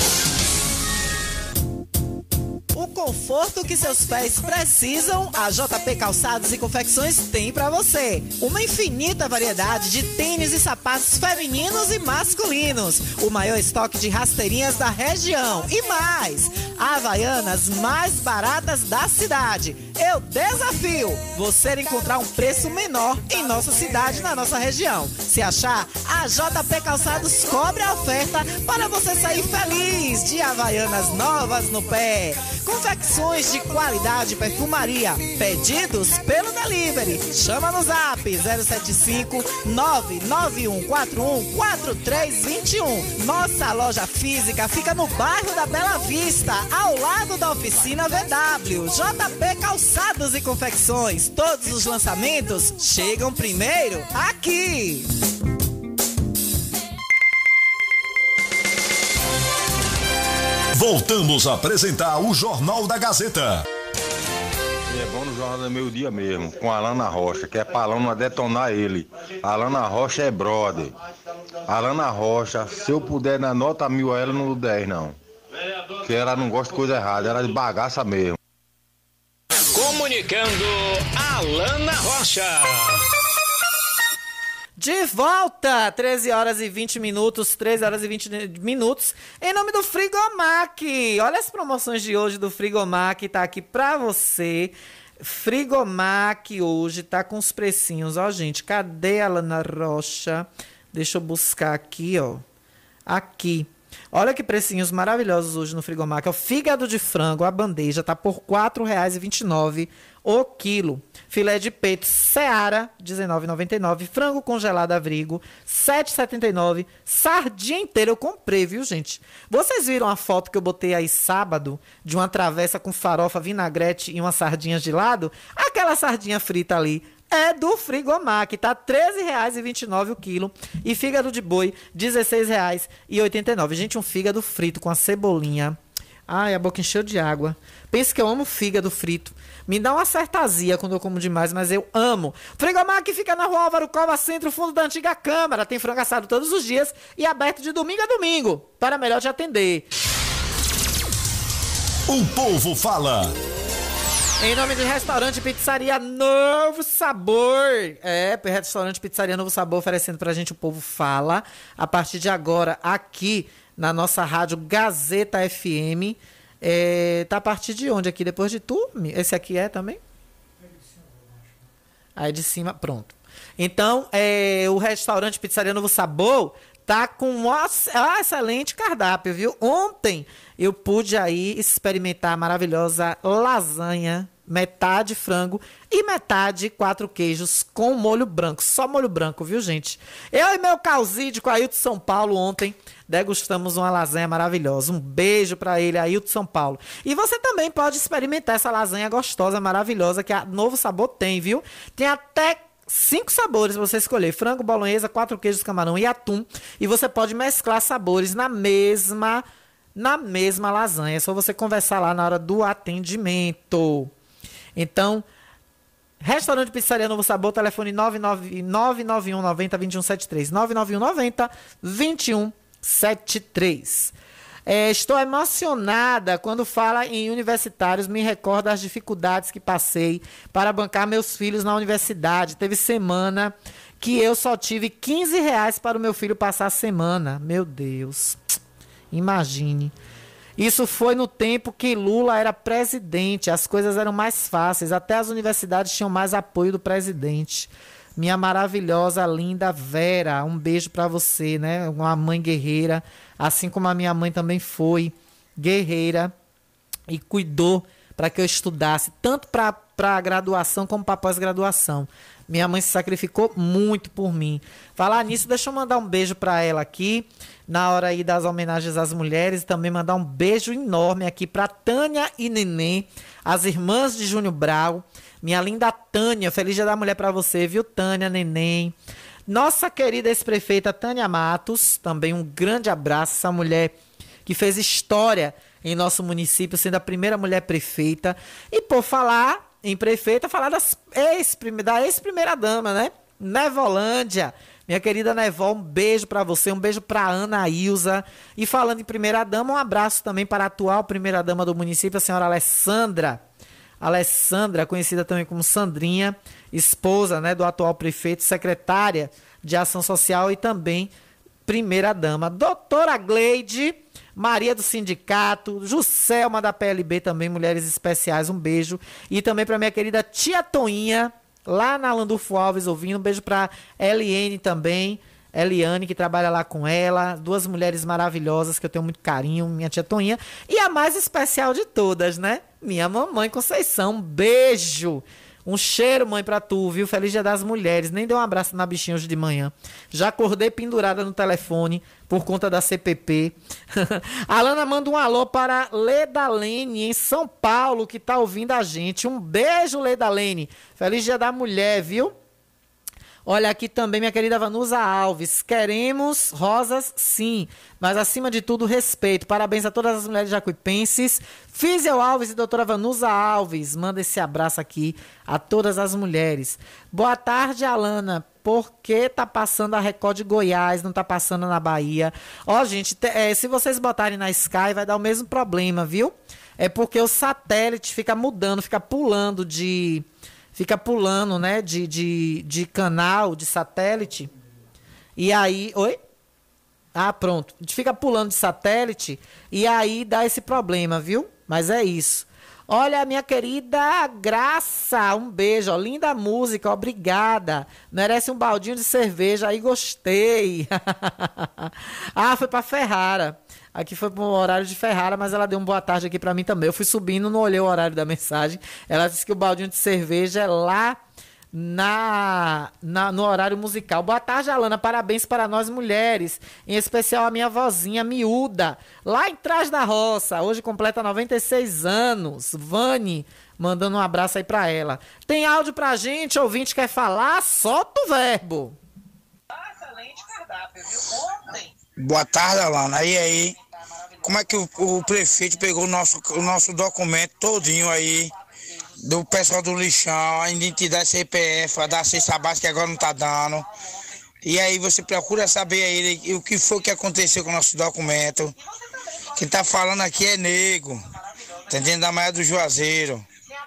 O conforto que seus pés precisam, a J P Calçados e Confecções tem pra você. Uma infinita variedade de tênis e sapatos femininos e masculinos. O maior estoque de rasteirinhas da região. E mais, Havaianas mais baratas da cidade. Eu desafio você a encontrar um preço menor em nossa cidade, na nossa região. Se achar, a J P Calçados cobre a oferta para você sair feliz de Havaianas novas no pé. confecções de qualidade e perfumaria. Pedidos pelo delivery. Chama no zap zero sete cinco, nove nove um quatro um, quatro três dois um. Nossa loja física fica no bairro da Bela Vista, ao lado da oficina V W. J P Calçados e Confecções. Todos os lançamentos chegam primeiro aqui. Voltamos a apresentar o Jornal da Gazeta. É bom no Jornal do Meio Dia mesmo, com a Alana Rocha, que é pra Alana detonar ele. A Alana Rocha é brother. A Alana Rocha, se eu puder dar nota mil a ela, não dou dez não. Porque ela não gosta de coisa errada, ela é de bagaça mesmo. Comunicando Alana Rocha. De volta, treze horas e vinte minutos, treze horas e vinte minutos, em nome do Frigomac. Olha as promoções de hoje do Frigomac, tá aqui pra você. Frigomac hoje tá com os precinhos, ó, gente. Cadê a Alana Rocha? Deixa eu buscar aqui, ó. Aqui. Olha que precinhos maravilhosos hoje no Frigomac. O fígado de frango, a bandeja, tá por quatro reais e vinte e nove centavos o quilo. Filé de peito Seara, dezenove reais e noventa e nove centavos. Frango congelado Avrigo, sete reais e setenta e nove centavos. Sardinha inteira eu comprei, viu, gente? Vocês viram a foto que eu botei aí sábado de uma travessa com farofa, vinagrete e umas sardinhas de lado? Aquela sardinha frita ali é do Frigomac, tá treze reais e vinte e nove centavos o quilo. E fígado de boi, dezesseis reais e oitenta e nove centavos. Gente, um fígado frito com a cebolinha. Ai, a boca encheu de água. Pensa que eu amo fígado frito. Me dá uma certa azia quando eu como demais, mas eu amo. Frigomac fica na rua Álvaro Cova, centro, fundo da antiga Câmara. Tem frango assado todos os dias e aberto de domingo a domingo, para melhor te atender. O povo fala. Em nome do restaurante Pizzaria Novo Sabor. É, restaurante Pizzaria Novo Sabor oferecendo pra gente o povo fala. A partir de agora, aqui na nossa rádio Gazeta F M. É, tá a partir de onde aqui? Depois de tu? Esse aqui é também? Aí de cima, pronto. Então, é, o restaurante Pizzaria Novo Sabor tá com um excelente cardápio, viu? Ontem eu pude aí experimentar a maravilhosa lasanha, metade frango e metade quatro queijos com molho branco. Só molho branco, viu, gente? Eu e meu Calzide com Ailton São Paulo ontem degustamos uma lasanha maravilhosa. Um beijo pra ele, Ailton São Paulo. E você também pode experimentar essa lasanha gostosa, maravilhosa que a Novo Sabor tem, viu? Tem até cinco sabores pra você escolher. Frango, bolonhesa, quatro queijos, camarão e atum. E você pode mesclar sabores na mesma, na mesma lasanha. É só você conversar lá na hora do atendimento. Então, restaurante Pizzaria Novo Sabor, telefone nove nove nove um nove zero dois um sete três. nove nove um nove zero dois um sete três. É, estou emocionada quando fala em universitários, me recordo das dificuldades que passei para bancar meus filhos na universidade. Teve semana que eu só tive quinze reais para o meu filho passar a semana. Meu Deus, imagine. Isso foi no tempo que Lula era presidente, as coisas eram mais fáceis, até as universidades tinham mais apoio do presidente. Minha maravilhosa, linda Vera, um beijo pra você, né? Uma mãe guerreira, assim como a minha mãe também foi guerreira e cuidou para que eu estudasse, tanto para a graduação como para pós-graduação. Minha mãe se sacrificou muito por mim. Falar nisso, deixa eu mandar um beijo para ela aqui, na hora aí das homenagens às mulheres, e também mandar um beijo enorme aqui para Tânia e Nenê, as irmãs de Júnior Brau. Minha linda Tânia, feliz dia da mulher para você, viu, Tânia, Neném. Nossa querida ex-prefeita Tânia Matos, também um grande abraço, essa mulher que fez história em nosso município, sendo a primeira mulher prefeita. E por falar em prefeita, falar das ex, da ex-primeira-dama, né? Nevolândia. Minha querida Nevol, um beijo para você, um beijo para Ana Ilza. E falando em primeira-dama, um abraço também para a atual primeira-dama do município, a senhora Alessandra. Alessandra, conhecida também como Sandrinha, esposa, né, do atual prefeito, secretária de Ação Social e também primeira-dama. Doutora Gleide, Maria do Sindicato, Juscelma da P L B também, Mulheres Especiais, um beijo. E também para minha querida tia Toinha, lá na Landulfo Alves, ouvindo, um beijo para L N também, Eliane, que trabalha lá com ela, duas mulheres maravilhosas que eu tenho muito carinho, minha tia Toninha, e a mais especial de todas, né? Minha mamãe Conceição, um beijo, um cheiro, mãe, pra tu, viu? Feliz Dia das Mulheres, nem deu um abraço na bichinha hoje de manhã, já acordei pendurada no telefone por conta da C P P. A Alana manda um alô para Ledalene, em São Paulo, que tá ouvindo a gente, um beijo, Ledalene, feliz Dia da Mulher, viu? Olha aqui também, minha querida Vanusa Alves. Queremos rosas, sim, mas acima de tudo, respeito. Parabéns a todas as mulheres jacuipenses. Físio Alves e doutora Vanusa Alves. Manda esse abraço aqui a todas as mulheres. Boa tarde, Alana. Por que tá passando a Record de Goiás, não tá passando na Bahia? Ó, gente, te, é, se vocês botarem na Sky, vai dar o mesmo problema, viu? É porque o satélite fica mudando, fica pulando de... Fica pulando, né, de, de, de canal, de satélite. E aí... Oi? Ah, pronto. Fica pulando de satélite e aí dá esse problema, viu? Mas é isso. Olha, minha querida Graça, um beijo. Ó, linda música, obrigada. Merece um baldinho de cerveja, aí gostei. Ah, foi pra Ferrara. Aqui foi pro horário de Ferrara, mas ela deu uma boa tarde aqui pra mim também. Eu fui subindo, não olhei o horário da mensagem. Ela disse que o baldinho de cerveja é lá na, na, no horário musical. Boa tarde, Alana. Parabéns para nós mulheres. Em especial a minha vozinha miúda, lá em Trás da Roça. Hoje completa noventa e seis anos. Vani, mandando um abraço aí pra ela. Tem áudio pra gente? Ouvinte quer falar? Solta o verbo. Excelente cardápio, viu? Ontem. Boa tarde, Alana. E aí? Como é que o, o prefeito pegou o nosso, o nosso documento todinho aí, do pessoal do lixão, a identidade C P F, a da cesta básica que agora não tá dando. E aí você procura saber aí o que foi que aconteceu com o nosso documento. Quem tá falando aqui é nego, tá entendendo? Da Maia do Juazeiro.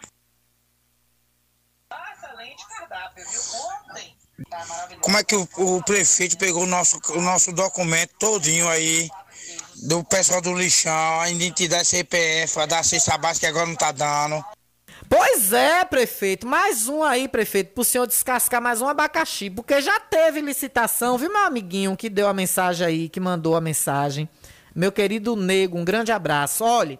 Excelente cardápio, viu? Ontem. Como é que o, o prefeito pegou o nosso, o nosso documento todinho aí, do pessoal do lixão, a identidade C P F, a da cesta básica que agora não tá dando. Pois é, prefeito. Mais um aí, prefeito, pro senhor descascar mais um abacaxi, porque já teve licitação, viu, meu amiguinho que deu a mensagem aí, que mandou a mensagem. Meu querido Nego, um grande abraço. Olha,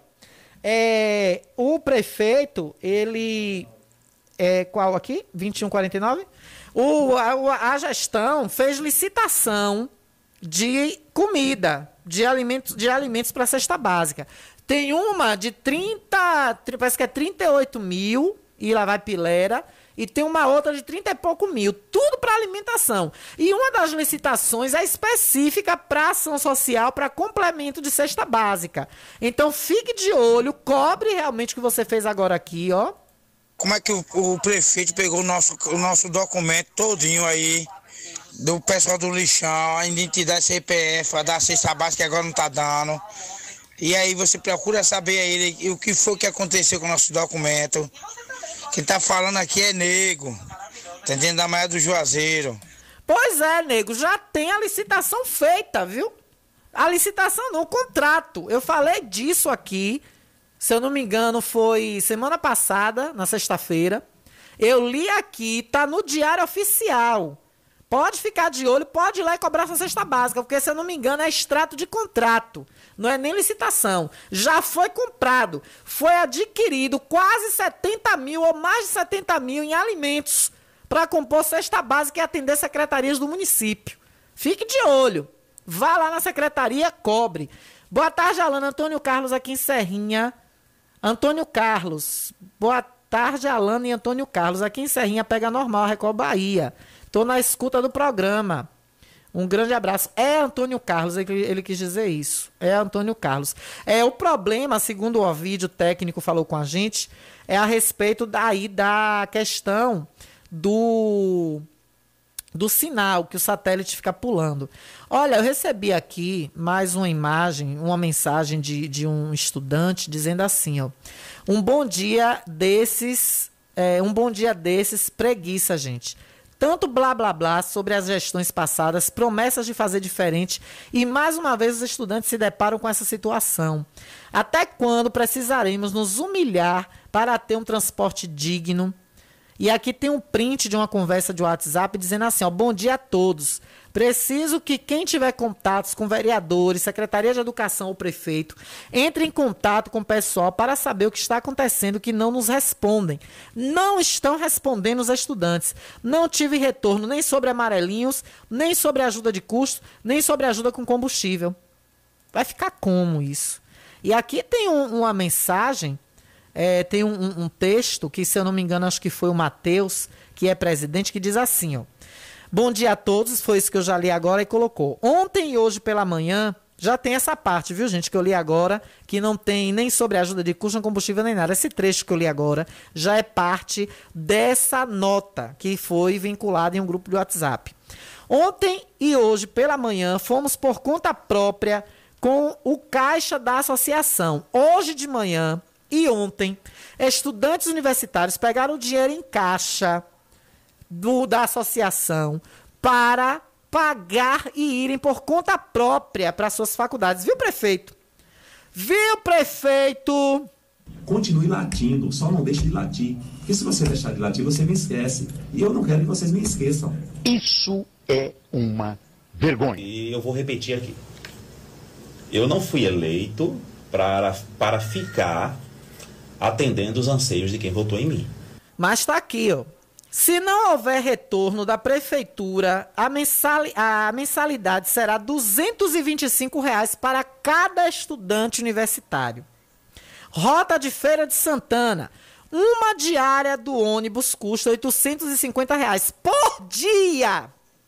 é, o prefeito, ele... É, qual aqui? vinte e um quarenta e nove? O, a, a gestão fez licitação de comida, de alimentos, de alimentos para cesta básica. Tem uma de trinta, parece que é trinta e oito mil, e lá vai pilera, e tem uma outra de trinta e pouco mil, tudo para alimentação. E uma das licitações é específica para ação social, para complemento de cesta básica. Então fique de olho, cobre realmente o que você fez agora aqui, ó. Como é que o, o prefeito pegou o nosso, o nosso documento todinho aí, do pessoal do lixão, a identidade C P F, a da cesta básica que agora não tá dando. E aí você procura saber aí o que foi que aconteceu com o nosso documento. Quem tá falando aqui é nego, tá entendendo? Da Maia do Juazeiro. Pois é, nego, já tem a licitação feita, viu? A licitação não, o contrato. Eu falei disso aqui, se eu não me engano, foi semana passada, na sexta-feira. Eu li aqui, tá no Diário Oficial. Pode ficar de olho, pode ir lá e cobrar essa cesta básica, porque, se eu não me engano, é extrato de contrato. Não é nem licitação. Já foi comprado. Foi adquirido quase setenta mil ou mais de setenta mil em alimentos para compor cesta básica e atender secretarias do município. Fique de olho. Vá lá na secretaria, cobre. Boa tarde, Alana. Antônio Carlos aqui em Serrinha. Antônio Carlos. Boa tarde, Alana e Antônio Carlos. Aqui em Serrinha, pega normal, Record Bahia. Tô na escuta do programa. Um grande abraço. É Antônio Carlos, ele, ele quis dizer isso. É Antônio Carlos. É, o problema, segundo o vídeo técnico falou com a gente, é a respeito daí da questão do, do sinal, que o satélite fica pulando. Olha, eu recebi aqui mais uma imagem, uma mensagem de, de um estudante dizendo assim, ó. Um bom dia desses, é, um bom dia desses, preguiça, gente. Tanto blá blá blá sobre as gestões passadas, promessas de fazer diferente, e mais uma vez os estudantes se deparam com essa situação. Até quando precisaremos nos humilhar para ter um transporte digno? E aqui tem um print de uma conversa de WhatsApp dizendo assim, ó, bom dia a todos. Preciso que quem tiver contatos com vereadores, Secretaria de Educação ou prefeito, entre em contato com o pessoal para saber o que está acontecendo, que não nos respondem. Não estão respondendo os estudantes. Não tive retorno nem sobre amarelinhos, nem sobre ajuda de custo, nem sobre ajuda com combustível. Vai ficar como isso? E aqui tem um, uma mensagem, é, tem um, um texto que, se eu não me engano, acho que foi o Matheus, que é presidente, que diz assim, ó. Bom dia a todos, foi isso que eu já li agora e colocou. Ontem e hoje pela manhã, já tem essa parte, viu, gente, que eu li agora, que não tem nem sobre ajuda de custo, combustível, nem nada. Esse trecho que eu li agora já é parte dessa nota que foi vinculada em um grupo de WhatsApp. Ontem e hoje pela manhã, fomos por conta própria com o caixa da associação. Hoje de manhã e ontem, estudantes universitários pegaram o dinheiro em caixa Do, da associação para pagar e irem por conta própria para suas faculdades. Viu, prefeito? Viu, prefeito? Continue latindo, só não deixe de latir. Porque se você deixar de latir, você me esquece. E eu não quero que vocês me esqueçam. Isso é uma vergonha. E eu vou repetir aqui. Eu não fui eleito para, para ficar atendendo os anseios de quem votou em mim. Mas está aqui, ó. Se não houver retorno da prefeitura, a, mensali a mensalidade será duzentos e vinte e cinco reais para cada estudante universitário. Rota de Feira de Santana. Uma diária do ônibus custa oitocentos e cinquenta reais por dia.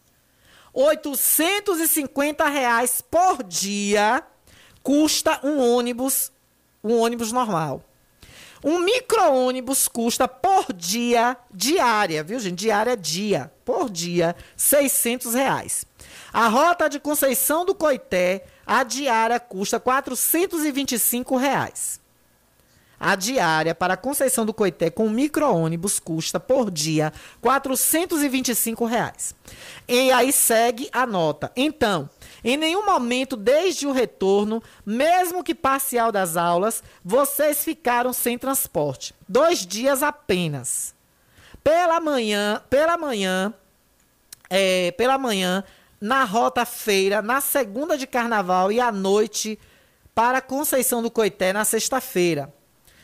oitocentos e cinquenta reais por dia custa um ônibus, um ônibus normal. Um micro-ônibus custa por dia, diária, viu, gente? Diária, dia, por dia, seiscentos reais. A rota de Conceição do Coité, a diária custa quatrocentos e vinte e cinco reais. A diária para Conceição do Coité com micro-ônibus custa por dia quatrocentos e vinte e cinco reais. E aí segue a nota. Então, em nenhum momento, desde o retorno, mesmo que parcial das aulas, vocês ficaram sem transporte. Dois dias apenas. Pela manhã, pela manhã, é, pela manhã, na rota feira, na segunda de carnaval e à noite para Conceição do Coité na sexta-feira.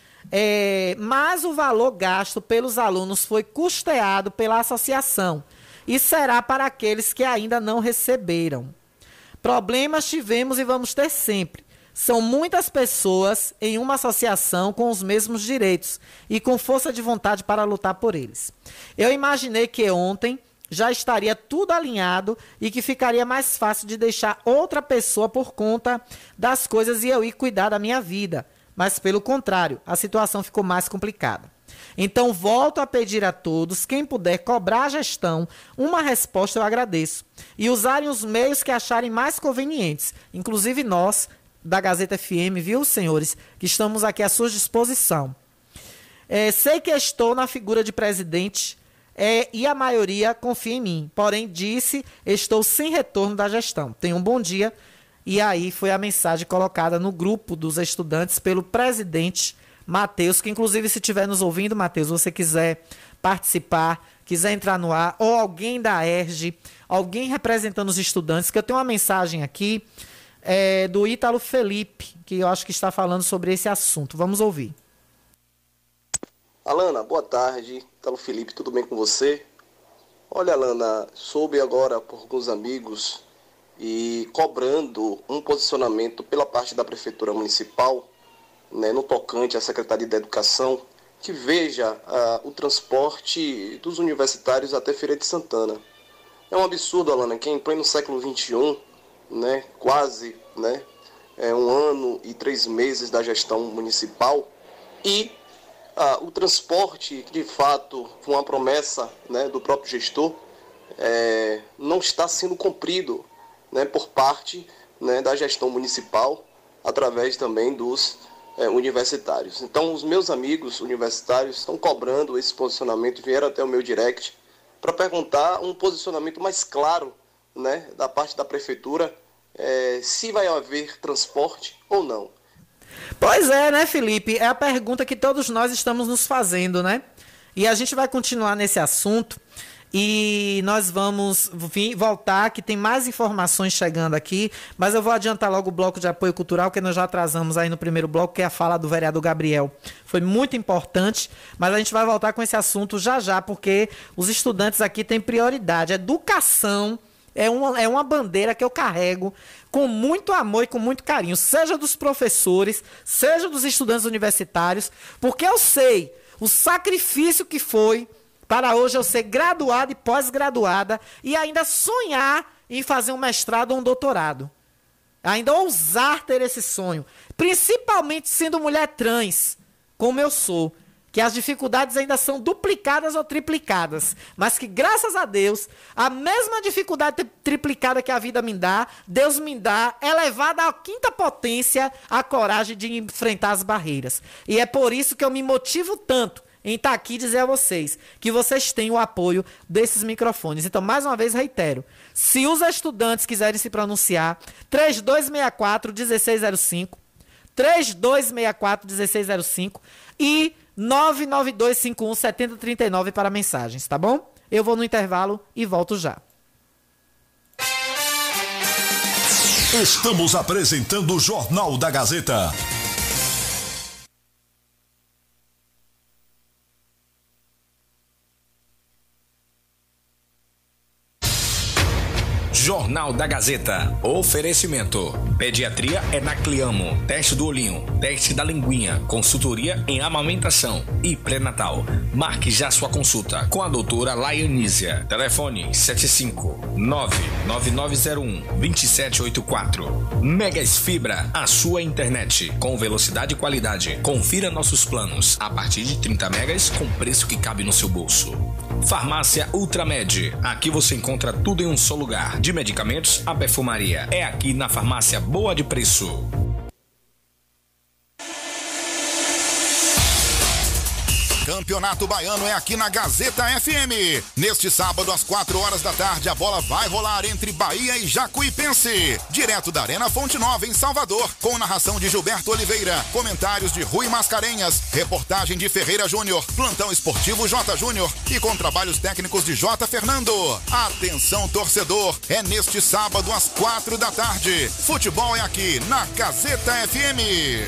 É, mas o valor gasto pelos alunos foi custeado pela associação e será para aqueles que ainda não receberam. Problemas tivemos e vamos ter sempre. São muitas pessoas em uma associação com os mesmos direitos e com força de vontade para lutar por eles. Eu imaginei que ontem já estaria tudo alinhado e que ficaria mais fácil de deixar outra pessoa por conta das coisas e eu ir cuidar da minha vida. Mas, pelo contrário, a situação ficou mais complicada. Então, volto a pedir a todos, quem puder cobrar a gestão, uma resposta eu agradeço. E usarem os meios que acharem mais convenientes. Inclusive nós, da Gazeta F M, viu, senhores, que estamos aqui à sua disposição. É, sei que estou na figura de presidente é, e a maioria confia em mim. Porém, disse, estou sem retorno da gestão. Tenha um bom dia. E aí foi a mensagem colocada no grupo dos estudantes pelo presidente Matheus, que inclusive se estiver nos ouvindo, Matheus, você quiser participar, quiser entrar no ar, ou alguém da E R G, alguém representando os estudantes, que eu tenho uma mensagem aqui é, do Ítalo Felipe, que eu acho que está falando sobre esse assunto. Vamos ouvir. Alana, boa tarde. Ítalo Felipe, tudo bem com você? Olha, Alana, soube agora por alguns amigos e cobrando um posicionamento pela parte da Prefeitura Municipal, né, no tocante à Secretaria da Educação, que veja uh, o transporte dos universitários até Feira de Santana. É um absurdo, Alana, que em pleno século vinte e um, né, quase né, é um ano e três meses da gestão municipal, e uh, o transporte, de fato, foi uma promessa, né, do próprio gestor, é, não está sendo cumprido, né, por parte, né, da gestão municipal, através também dos É, universitários. Então, os meus amigos universitários estão cobrando esse posicionamento, vieram até o meu direct para perguntar um posicionamento mais claro, né, da parte da prefeitura, é, se vai haver transporte ou não. Pois é, né, Felipe? É a pergunta que todos nós estamos nos fazendo, né? E a gente vai continuar nesse assunto e nós vamos vir, voltar, que tem mais informações chegando aqui, mas eu vou adiantar logo o bloco de apoio cultural, que nós já atrasamos aí no primeiro bloco, que é a fala do vereador Gabriel. Foi muito importante, mas a gente vai voltar com esse assunto já já, porque os estudantes aqui têm prioridade. Educação é uma, é uma bandeira que eu carrego com muito amor e com muito carinho, seja dos professores, seja dos estudantes universitários, porque eu sei o sacrifício que foi para hoje eu ser graduada e pós-graduada e ainda sonhar em fazer um mestrado ou um doutorado. Ainda ousar ter esse sonho, principalmente sendo mulher trans, como eu sou, que as dificuldades ainda são duplicadas ou triplicadas, mas que, graças a Deus, a mesma dificuldade triplicada que a vida me dá, Deus me dá, elevada à quinta potência, a coragem de enfrentar as barreiras. E é por isso que eu me motivo tanto em estar aqui e dizer a vocês que vocês têm o apoio desses microfones. Então, mais uma vez, reitero, se os estudantes quiserem se pronunciar, três dois seis quatro, um seis zero cinco, três dois seis quatro, um seis zero cinco e nove nove dois cinco um sete zero três nove para mensagens, tá bom? Eu vou no intervalo e volto já. Estamos apresentando o Jornal da Gazeta. Jornal da Gazeta. Oferecimento. Pediatria é na Cliamo. Teste do olhinho. Teste da linguinha. Consultoria em amamentação e pré-natal. Marque já sua consulta com a doutora Laianísia. Telefone sete cinco nove nove nove zero um dois sete oito quatro. Megas Fibra. A sua internet com velocidade e qualidade. Confira nossos planos a partir de trinta megas com preço que cabe no seu bolso. Farmácia Ultramed. Aqui você encontra tudo em um só lugar. De medicamentos a perfumaria. É aqui na Farmácia Boa de Preço. Campeonato Baiano é aqui na Gazeta F M. Neste sábado, às quatro horas da tarde, a bola vai rolar entre Bahia e Jacuipense. Direto da Arena Fonte Nova, em Salvador. Com narração de Gilberto Oliveira. Comentários de Rui Mascarenhas. Reportagem de Ferreira Júnior. Plantão esportivo J Júnior. E com trabalhos técnicos de J Fernando. Atenção, torcedor. É neste sábado, às quatro da tarde. Futebol é aqui na Gazeta F M.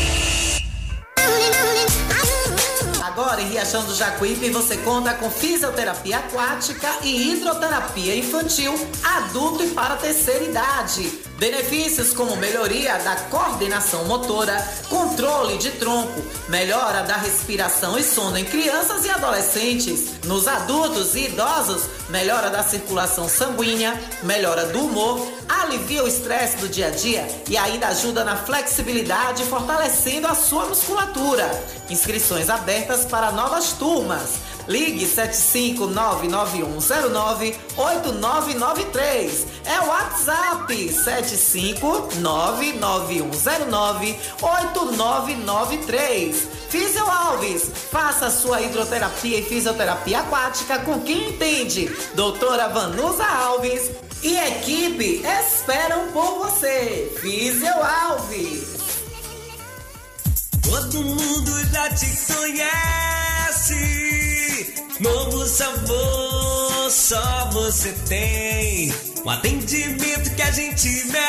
Agora em Riachão do Jacuípe você conta com fisioterapia aquática e hidroterapia infantil, adulto e para terceira idade. Benefícios como melhoria da coordenação motora, controle de tronco, melhora da respiração e sono em crianças e adolescentes. Nos adultos e idosos, melhora da circulação sanguínea, melhora do humor, alivia o estresse do dia a dia e ainda ajuda na flexibilidade, fortalecendo a sua musculatura. Inscrições abertas para novas turmas. Ligue sete cinco nove nove um zero nove oito nove nove três. É o WhatsApp sete cinco nove nove um zero nove oito nove nove três. Físio Alves, faça sua hidroterapia e fisioterapia aquática com quem entende. Doutora Vanusa Alves e equipe esperam por você. Físio Alves. Todo mundo já te conhece. Novo sabor, só você tem. O atendimento que a gente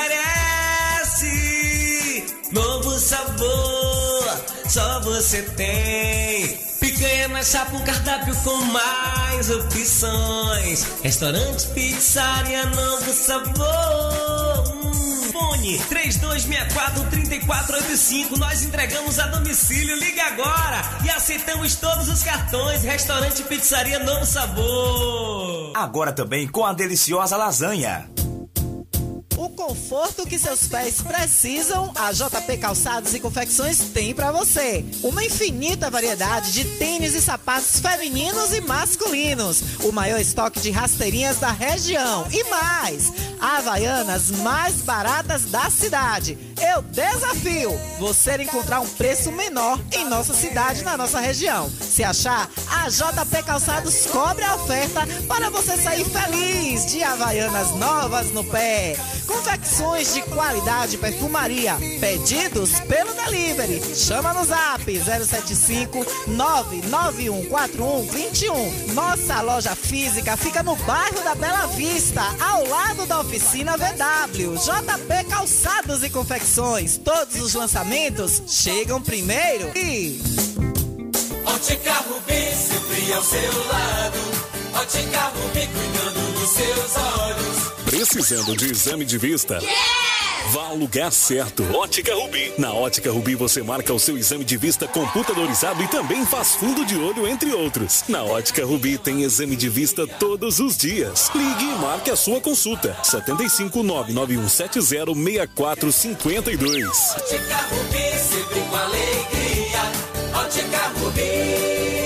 merece. Novo sabor, só você tem. Picanha na chapa, um cardápio com mais opções. Restaurante, pizzaria, novo sabor. Fone três dois seis quatro, três quatro oito cinco. Nós entregamos a domicílio. Liga agora e aceitamos todos os cartões. Restaurante Pizzaria Novo Sabor. Agora também com a deliciosa lasanha. O conforto que seus pés precisam, a J P Calçados e Confecções tem pra você. Uma infinita variedade de tênis e sapatos femininos e masculinos. O maior estoque de rasteirinhas da região. E mais, Havaianas mais baratas da cidade. Eu desafio você a encontrar um preço menor em nossa cidade, na nossa região. se achar, a J P Calçados cobre a oferta para você sair feliz de Havaianas novas no pé. Confecções de qualidade, perfumaria. Pedidos pelo delivery. Chama no zap zero sete cinco, nove nove um quatro um dois um. Nossa loja física fica no bairro da Bela Vista, ao lado da oficina V W. J P Calçados e Confecções. Todos os lançamentos chegam primeiro e... Ótica Rubi, sempre ao seu lado. Ótica Rubi, cuidando dos seus olhos. Precisando de exame de vista? Yeah! Vá ao lugar certo. Ótica Rubi. Na Ótica Rubi você marca o seu exame de vista computadorizado e também faz fundo de olho, entre outros. Na Ótica Rubi tem exame de vista todos os dias. Ligue e marque a sua consulta. sete cinco nove nove um sete zero seis quatro cinco dois. Ótica Rubi, sempre com alegria. Ótica Rubi.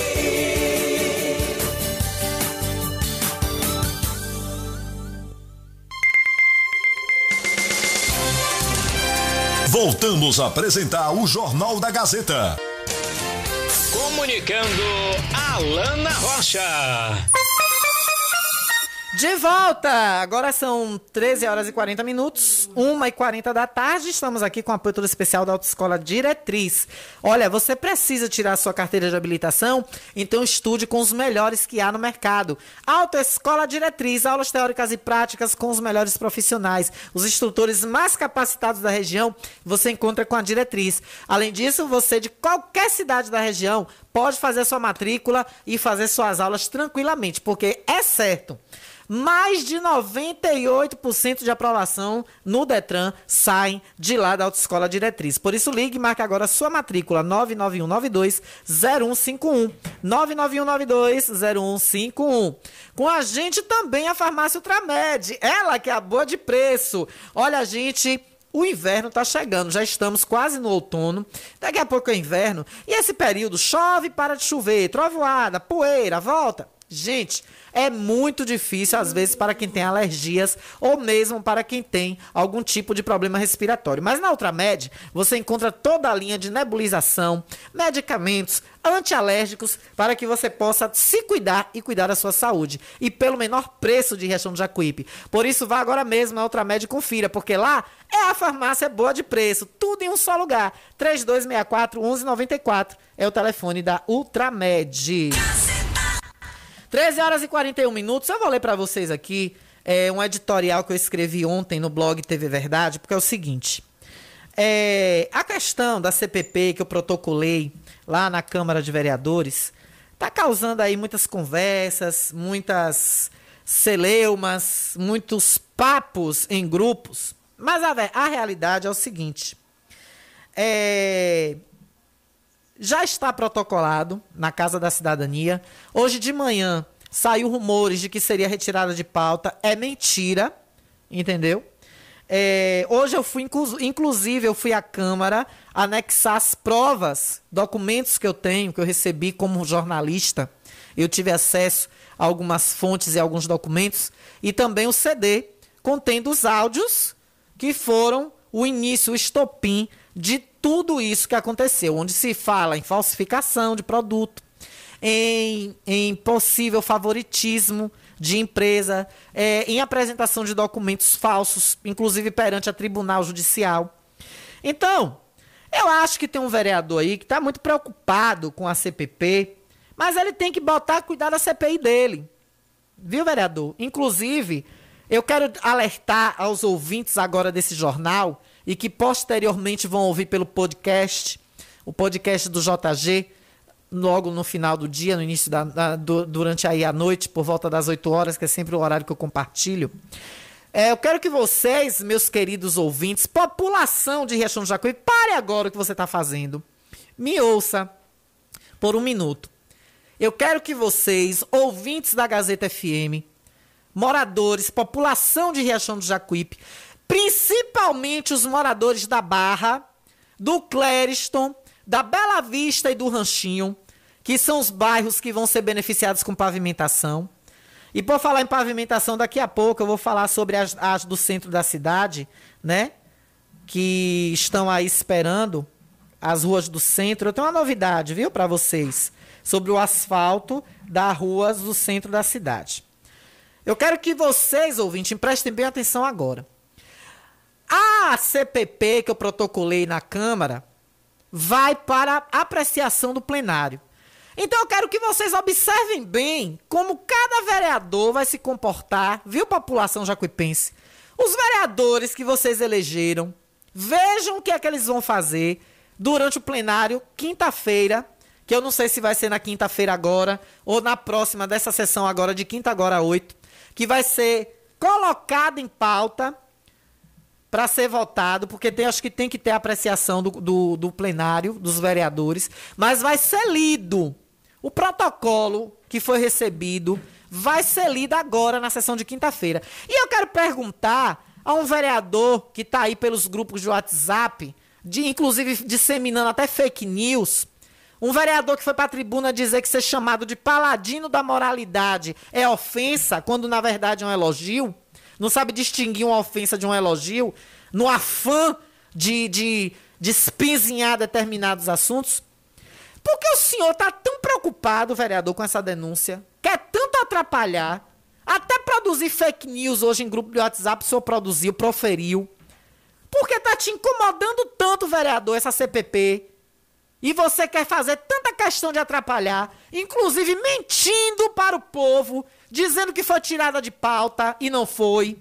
Voltamos a apresentar o Jornal da Gazeta. Comunicando Alana Rocha. De volta! Agora são treze horas e quarenta minutos, uma e quarenta da tarde. Estamos aqui com a apoio todo especial da Autoescola Diretriz. Olha, você precisa tirar a sua carteira de habilitação? Então estude com os melhores que há no mercado. Autoescola Diretriz, aulas teóricas e práticas com os melhores profissionais. Os instrutores mais capacitados da região você encontra com a Diretriz. Além disso, você de qualquer cidade da região pode fazer sua matrícula e fazer suas aulas tranquilamente, porque é certo, mais de noventa e oito por cento de aprovação no Detran saem de lá da Autoescola Diretriz. Por isso, ligue e marque agora a sua matrícula nove nove um nove dois zero um cinco um. nove nove um nove dois zero um cinco um. Com a gente também a Farmácia Ultramed, ela que é a boa de preço. Olha, gente... O inverno está chegando, já estamos quase no outono, daqui a pouco é inverno, e esse período chove, para de chover, trovoada, poeira, volta. Gente, é muito difícil às vezes para quem tem alergias ou mesmo para quem tem algum tipo de problema respiratório. Mas na Ultramed você encontra toda a linha de nebulização, medicamentos, antialérgicos para que você possa se cuidar e cuidar da sua saúde. E pelo menor preço de Riachão do Jacuípe. Por isso vá agora mesmo à Ultramed e confira, porque lá é a farmácia boa de preço, tudo em um só lugar. três dois seis quatro, um um nove quatro é o telefone da Ultramed. treze horas e quarenta e um minutos, eu vou ler para vocês aqui é, um editorial que eu escrevi ontem no blog T V Verdade, porque é o seguinte, é, a questão da C P P que eu protocolei lá na Câmara de Vereadores está causando aí muitas conversas, muitas celeumas, muitos papos em grupos, mas a, a realidade é o seguinte, é... já está protocolado na Casa da Cidadania. Hoje de manhã saiu rumores de que seria retirada de pauta. É mentira, entendeu? É, hoje eu fui, inclu inclusive, eu fui à Câmara anexar as provas, documentos que eu tenho, que eu recebi como jornalista. Eu tive acesso a algumas fontes e alguns documentos. E também o C D, contendo os áudios que foram o início, o estopim de tudo isso que aconteceu, onde se fala em falsificação de produto, em, em possível favoritismo de empresa, é, em apresentação de documentos falsos, inclusive perante a Tribunal Judicial. Então, eu acho que tem um vereador aí que está muito preocupado com a C P P, mas ele tem que botar cuidar da C P I dele. Viu, vereador? Inclusive, eu quero alertar aos ouvintes agora desse jornal e que posteriormente vão ouvir pelo podcast, o podcast do J G, logo no final do dia, no início da, da do, durante aí a noite, por volta das oito horas, que é sempre o horário que eu compartilho. É, eu quero que vocês, meus queridos ouvintes, população de Riachão do Jacuípe, pare agora o que você está fazendo. Me ouça por um minuto. Eu quero que vocês, ouvintes da Gazeta F M, moradores, população de Riachão do Jacuípe, principalmente os moradores da Barra, do Clériston, da Bela Vista e do Ranchinho, que são os bairros que vão ser beneficiados com pavimentação. E por falar em pavimentação, daqui a pouco eu vou falar sobre as, as do centro da cidade, né? Que estão aí esperando as ruas do centro. Eu tenho uma novidade, viu, para vocês, sobre o asfalto das ruas do centro da cidade. Eu quero que vocês, ouvintes, prestem bem atenção agora. A C P P que eu protocolei na Câmara vai para apreciação do plenário. Então eu quero que vocês observem bem como cada vereador vai se comportar, viu, população jacuipense? Os vereadores que vocês elegeram, vejam o que é que eles vão fazer durante o plenário, quinta-feira, que eu não sei se vai ser na quinta-feira agora ou na próxima dessa sessão agora, de quinta agora a oito, que vai ser colocado em pauta para ser votado, porque tem, acho que tem que ter apreciação do, do, do plenário, dos vereadores, mas vai ser lido. O protocolo que foi recebido vai ser lido agora na sessão de quinta-feira. E eu quero perguntar a um vereador que está aí pelos grupos de WhatsApp, de, inclusive disseminando até fake news, um vereador que foi para a tribuna dizer que ser chamado de paladino da moralidade é ofensa, quando na verdade é um elogio, não sabe distinguir uma ofensa de um elogio, no afã de, de, de espinzinhar determinados assuntos. Por que o senhor está tão preocupado, vereador, com essa denúncia? Quer tanto atrapalhar, até produzir fake news hoje em grupo de WhatsApp, o senhor produziu, proferiu. Por que está te incomodando tanto, vereador, essa C P P? E você quer fazer tanta questão de atrapalhar, inclusive mentindo para o povo, dizendo que foi tirada de pauta e não foi.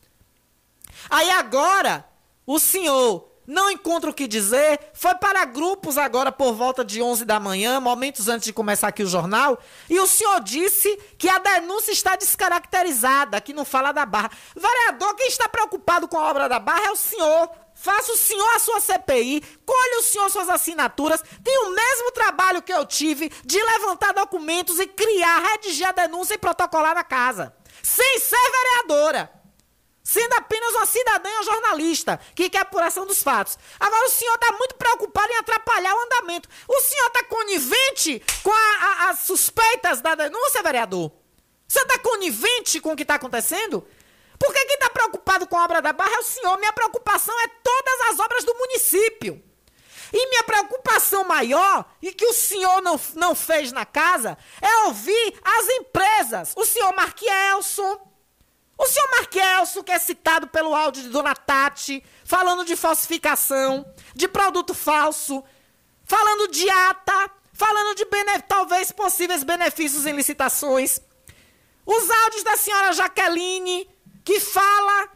Aí agora, o senhor não encontra o que dizer, foi para grupos agora por volta de onze da manhã, momentos antes de começar aqui o jornal, e o senhor disse que a denúncia está descaracterizada, que não fala da Barra. Vereador, quem está preocupado com a obra da Barra é o senhor. Faça o senhor a sua C P I, colhe o senhor suas assinaturas, tem o mesmo trabalho que eu tive de levantar documentos e criar, redigir a denúncia e protocolar na casa. Sem ser vereadora. Sendo apenas uma cidadã e uma jornalista que quer apuração dos fatos. Agora o senhor está muito preocupado em atrapalhar o andamento. O senhor está conivente com a, a, as suspeitas da denúncia, vereador? Você está conivente com o que está acontecendo? Porque quem está preocupado com a obra da Barra é o senhor. Minha preocupação é todas as obras do município. E minha preocupação maior, e que o senhor não, não fez na casa, é ouvir as empresas. O senhor Marquielson, o senhor Marquielson, que é citado pelo áudio de Dona Tati, falando de falsificação, de produto falso, falando de ata, falando de bene, talvez possíveis benefícios em licitações. Os áudios da senhora Jaqueline, que fala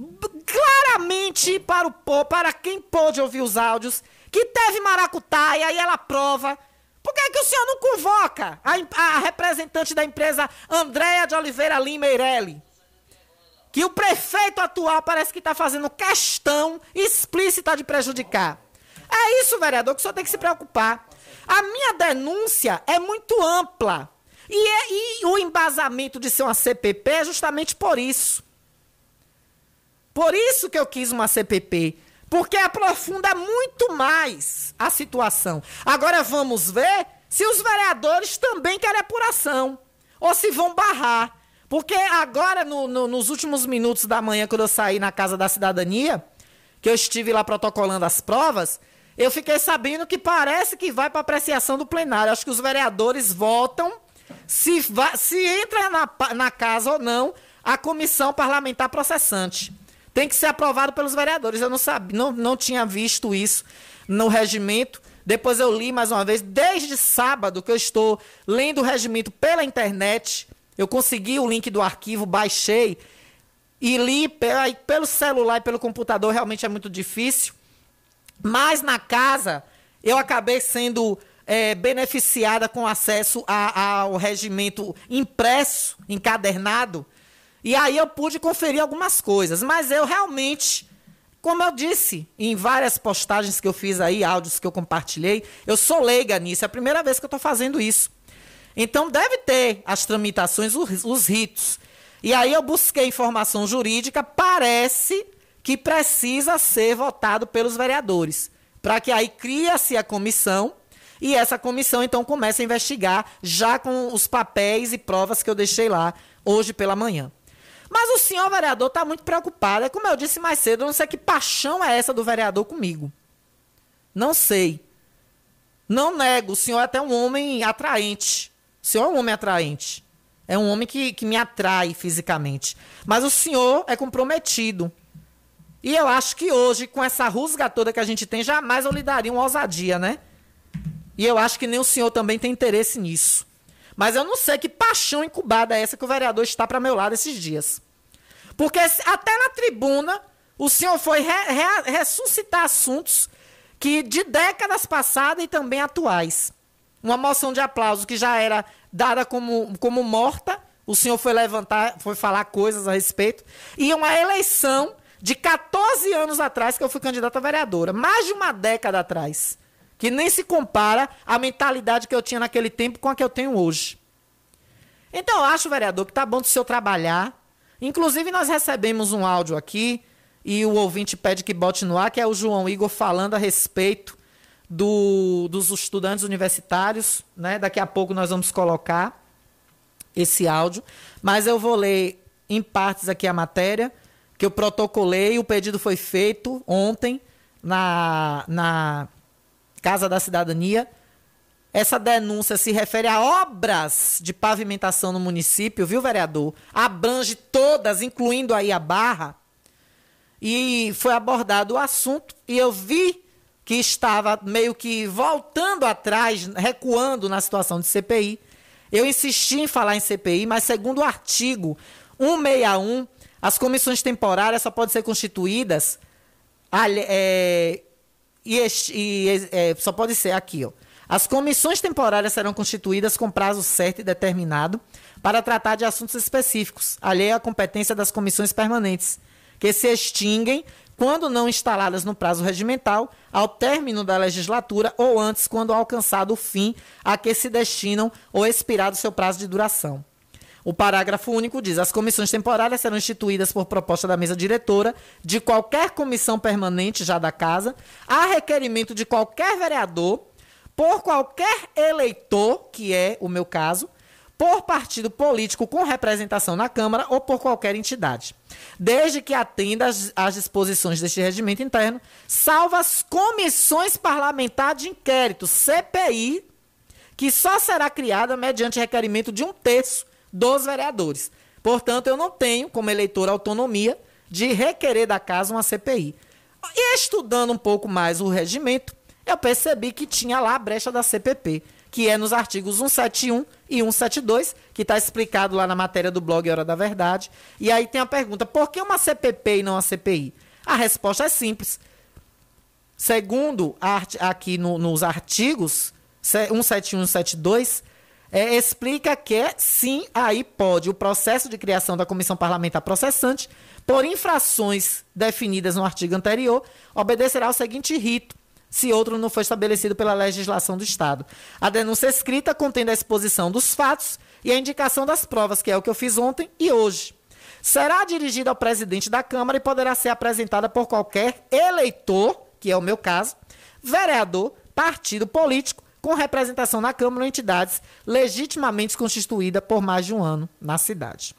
claramente para, o, para quem pôde ouvir os áudios, que teve maracutaia e ela prova. Por que, que o senhor não convoca a, a representante da empresa Andréa de Oliveira Lima Meirelli? Que o prefeito atual parece que está fazendo questão explícita de prejudicar. É isso, vereador, que o senhor tem que se preocupar. A minha denúncia é muito ampla. E, é, e o embasamento de ser uma C P P é justamente por isso. Por isso que eu quis uma C P P. Porque aprofunda muito mais a situação. Agora vamos ver se os vereadores também querem apuração. Ou se vão barrar. Porque agora, no, no, nos últimos minutos da manhã, quando eu saí na Casa da Cidadania, que eu estive lá protocolando as provas, eu fiquei sabendo que parece que vai para apreciação do plenário. Acho que os vereadores votam se, vai, se entra na, na casa ou não a comissão parlamentar processante. Tem que ser aprovado pelos vereadores. Eu não sabia, não, não tinha visto isso no regimento. Depois eu li mais uma vez, desde sábado que eu estou lendo o regimento pela internet. Eu consegui o link do arquivo, baixei e li pelo celular e pelo computador, realmente é muito difícil. Mas na casa eu acabei sendo é, beneficiada com acesso a, ao regimento impresso, encadernado. E aí eu pude conferir algumas coisas. Mas eu realmente, como eu disse em várias postagens que eu fiz aí, áudios que eu compartilhei, eu sou leiga nisso, é a primeira vez que eu estou fazendo isso. Então, deve ter as tramitações, os, os ritos. E aí eu busquei informação jurídica, parece que precisa ser votado pelos vereadores. Para que aí cria-se a comissão e essa comissão, então, comece a investigar já com os papéis e provas que eu deixei lá hoje pela manhã. Mas o senhor vereador está muito preocupado. É como eu disse mais cedo, eu não sei que paixão é essa do vereador comigo. Não sei. Não nego, o senhor é até um homem atraente. O senhor é um homem atraente. É um homem que, que me atrai fisicamente. Mas o senhor é comprometido. E eu acho que hoje, com essa rusga toda que a gente tem, jamais eu lhe daria uma ousadia, né? E eu acho que nem o senhor também tem interesse nisso. Mas eu não sei que paixão incubada é essa que o vereador está para meu lado esses dias. Porque até na tribuna, o senhor foi re, re, ressuscitar assuntos que de décadas passadas e também atuais. Uma moção de aplauso que já era dada como, como morta, o senhor foi levantar, foi falar coisas a respeito. E uma eleição de quatorze anos atrás, que eu fui candidata a vereadora, mais de uma década atrás, que nem se compara a mentalidade que eu tinha naquele tempo com a que eu tenho hoje. Então eu acho, vereador, que tá bom do senhor trabalhar. Inclusive nós recebemos um áudio aqui, e o ouvinte pede que bote no ar, que é o João Igor falando a respeito do, dos estudantes universitários, né? Daqui a pouco nós vamos colocar esse áudio, mas eu vou ler em partes aqui a matéria, que eu protocolei, o pedido foi feito ontem na, na Casa da Cidadania. Essa denúncia se refere a obras de pavimentação no município, viu, vereador? Abrange todas, incluindo aí a Barra. E foi abordado o assunto e eu vi que estava meio que voltando atrás, recuando na situação de C P I. Eu insisti em falar em C P I, mas segundo o artigo cento e sessenta e um, as comissões temporárias só podem ser constituídas é, e, e é, só pode ser aqui, ó. As comissões temporárias serão constituídas com prazo certo e determinado para tratar de assuntos específicos, alheio à competência das comissões permanentes, que se extinguem quando não instaladas no prazo regimental, ao término da legislatura ou antes, quando alcançado o fim a que se destinam ou expirado seu prazo de duração. O parágrafo único diz: as comissões temporárias serão instituídas por proposta da mesa diretora de qualquer comissão permanente já da casa, a requerimento de qualquer vereador, por qualquer eleitor, que é o meu caso, por partido político com representação na Câmara ou por qualquer entidade, desde que atenda às, às disposições deste regimento interno, salvo as comissões parlamentares de inquérito, C P I, que só será criada mediante requerimento de um terço dos vereadores. Portanto, eu não tenho, como eleitor, autonomia de requerer da casa uma C P I. E estudando um pouco mais o regimento, eu percebi que tinha lá a brecha da C P P, que é nos artigos cento e setenta e um e cento e setenta e dois, que está explicado lá na matéria do blog Hora da Verdade. E aí tem a pergunta: por que uma C P P e não uma C P I? A resposta é simples. Segundo aqui no, nos artigos cento e setenta e um e cento e setenta e dois, é, explica que sim, aí pode o processo de criação da comissão parlamentar processante, por infrações definidas no artigo anterior, obedecerá ao seguinte rito, se outro não for estabelecido pela legislação do Estado. A denúncia escrita contendo a exposição dos fatos e a indicação das provas, que é o que eu fiz ontem e hoje. Será dirigida ao presidente da Câmara e poderá ser apresentada por qualquer eleitor, que é o meu caso, vereador, partido político, com representação na Câmara ou entidades legitimamente constituídas por mais de um ano na cidade.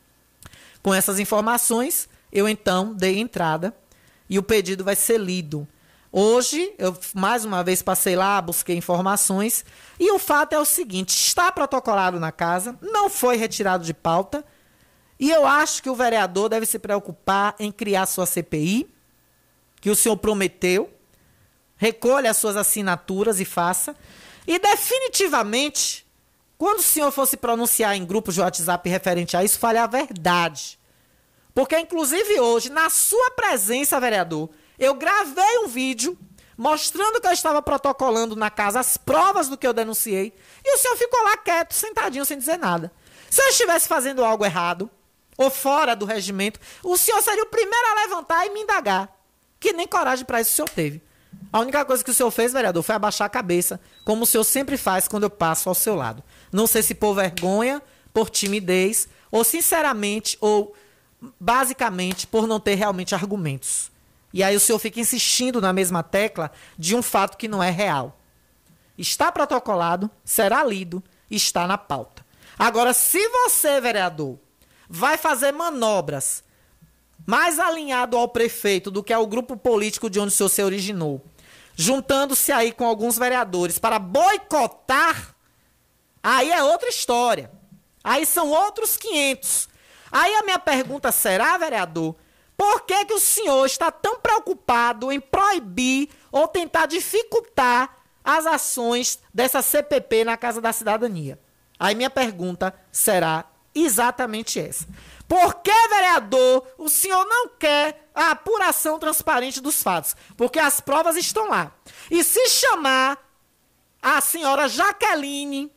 Com essas informações, eu então dei entrada e o pedido vai ser lido. Hoje, eu mais uma vez passei lá, busquei informações, e o fato é o seguinte: está protocolado na casa, não foi retirado de pauta, e eu acho que o vereador deve se preocupar em criar sua C P I, que o senhor prometeu, recolha as suas assinaturas e faça, e definitivamente, quando o senhor for se pronunciar em grupos de WhatsApp referente a isso, fale a verdade. Porque, inclusive hoje, na sua presença, vereador, eu gravei um vídeo mostrando que eu estava protocolando na casa as provas do que eu denunciei, e o senhor ficou lá quieto, sentadinho, sem dizer nada. Se eu estivesse fazendo algo errado, ou fora do regimento, o senhor seria o primeiro a levantar e me indagar. Que nem coragem para isso o senhor teve. A única coisa que o senhor fez, vereador, foi abaixar a cabeça, como o senhor sempre faz quando eu passo ao seu lado. Não sei se por vergonha, por timidez, ou sinceramente, ou basicamente por não ter realmente argumentos. E aí o senhor fica insistindo na mesma tecla de um fato que não é real. Está protocolado, será lido, está na pauta. Agora, se você, vereador, vai fazer manobras mais alinhado ao prefeito do que ao grupo político de onde o senhor se originou, juntando-se aí com alguns vereadores para boicotar, aí é outra história. Aí são outros quinhentos. Aí a minha pergunta será, vereador, por que que o senhor está tão preocupado em proibir ou tentar dificultar as ações dessa C P P na Casa da Cidadania? Aí minha pergunta será exatamente essa. Por que, vereador, o senhor não quer a apuração transparente dos fatos? Porque as provas estão lá. E se chamar a senhora Jaqueline,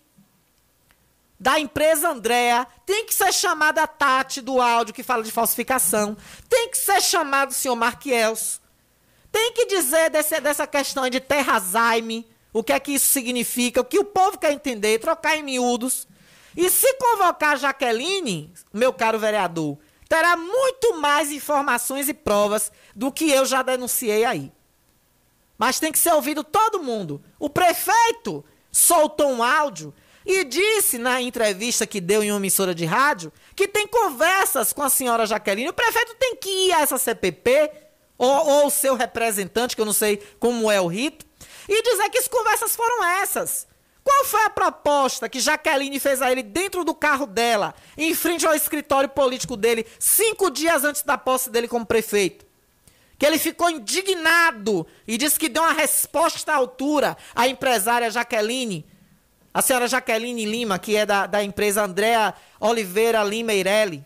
da empresa Andréa, tem que ser chamada a Tati do áudio que fala de falsificação, tem que ser chamado o senhor Marquielso, tem que dizer desse, dessa questão de terrazaime, o que é que isso significa, o que o povo quer entender, trocar em miúdos. E se convocar a Jaqueline, meu caro vereador, terá muito mais informações e provas do que eu já denunciei aí. Mas tem que ser ouvido todo mundo. O prefeito soltou um áudio e disse na entrevista que deu em uma emissora de rádio que tem conversas com a senhora Jaqueline. O prefeito tem que ir a essa C P P, ou, ou o seu representante, que eu não sei como é o rito, e dizer que as conversas foram essas. Qual foi a proposta que Jaqueline fez a ele dentro do carro dela, em frente ao escritório político dele, cinco dias antes da posse dele como prefeito? Que ele ficou indignado e disse que deu uma resposta à altura à empresária Jaqueline, a senhora Jaqueline Lima, que é da, da empresa Andréa Oliveira Lima Eireli,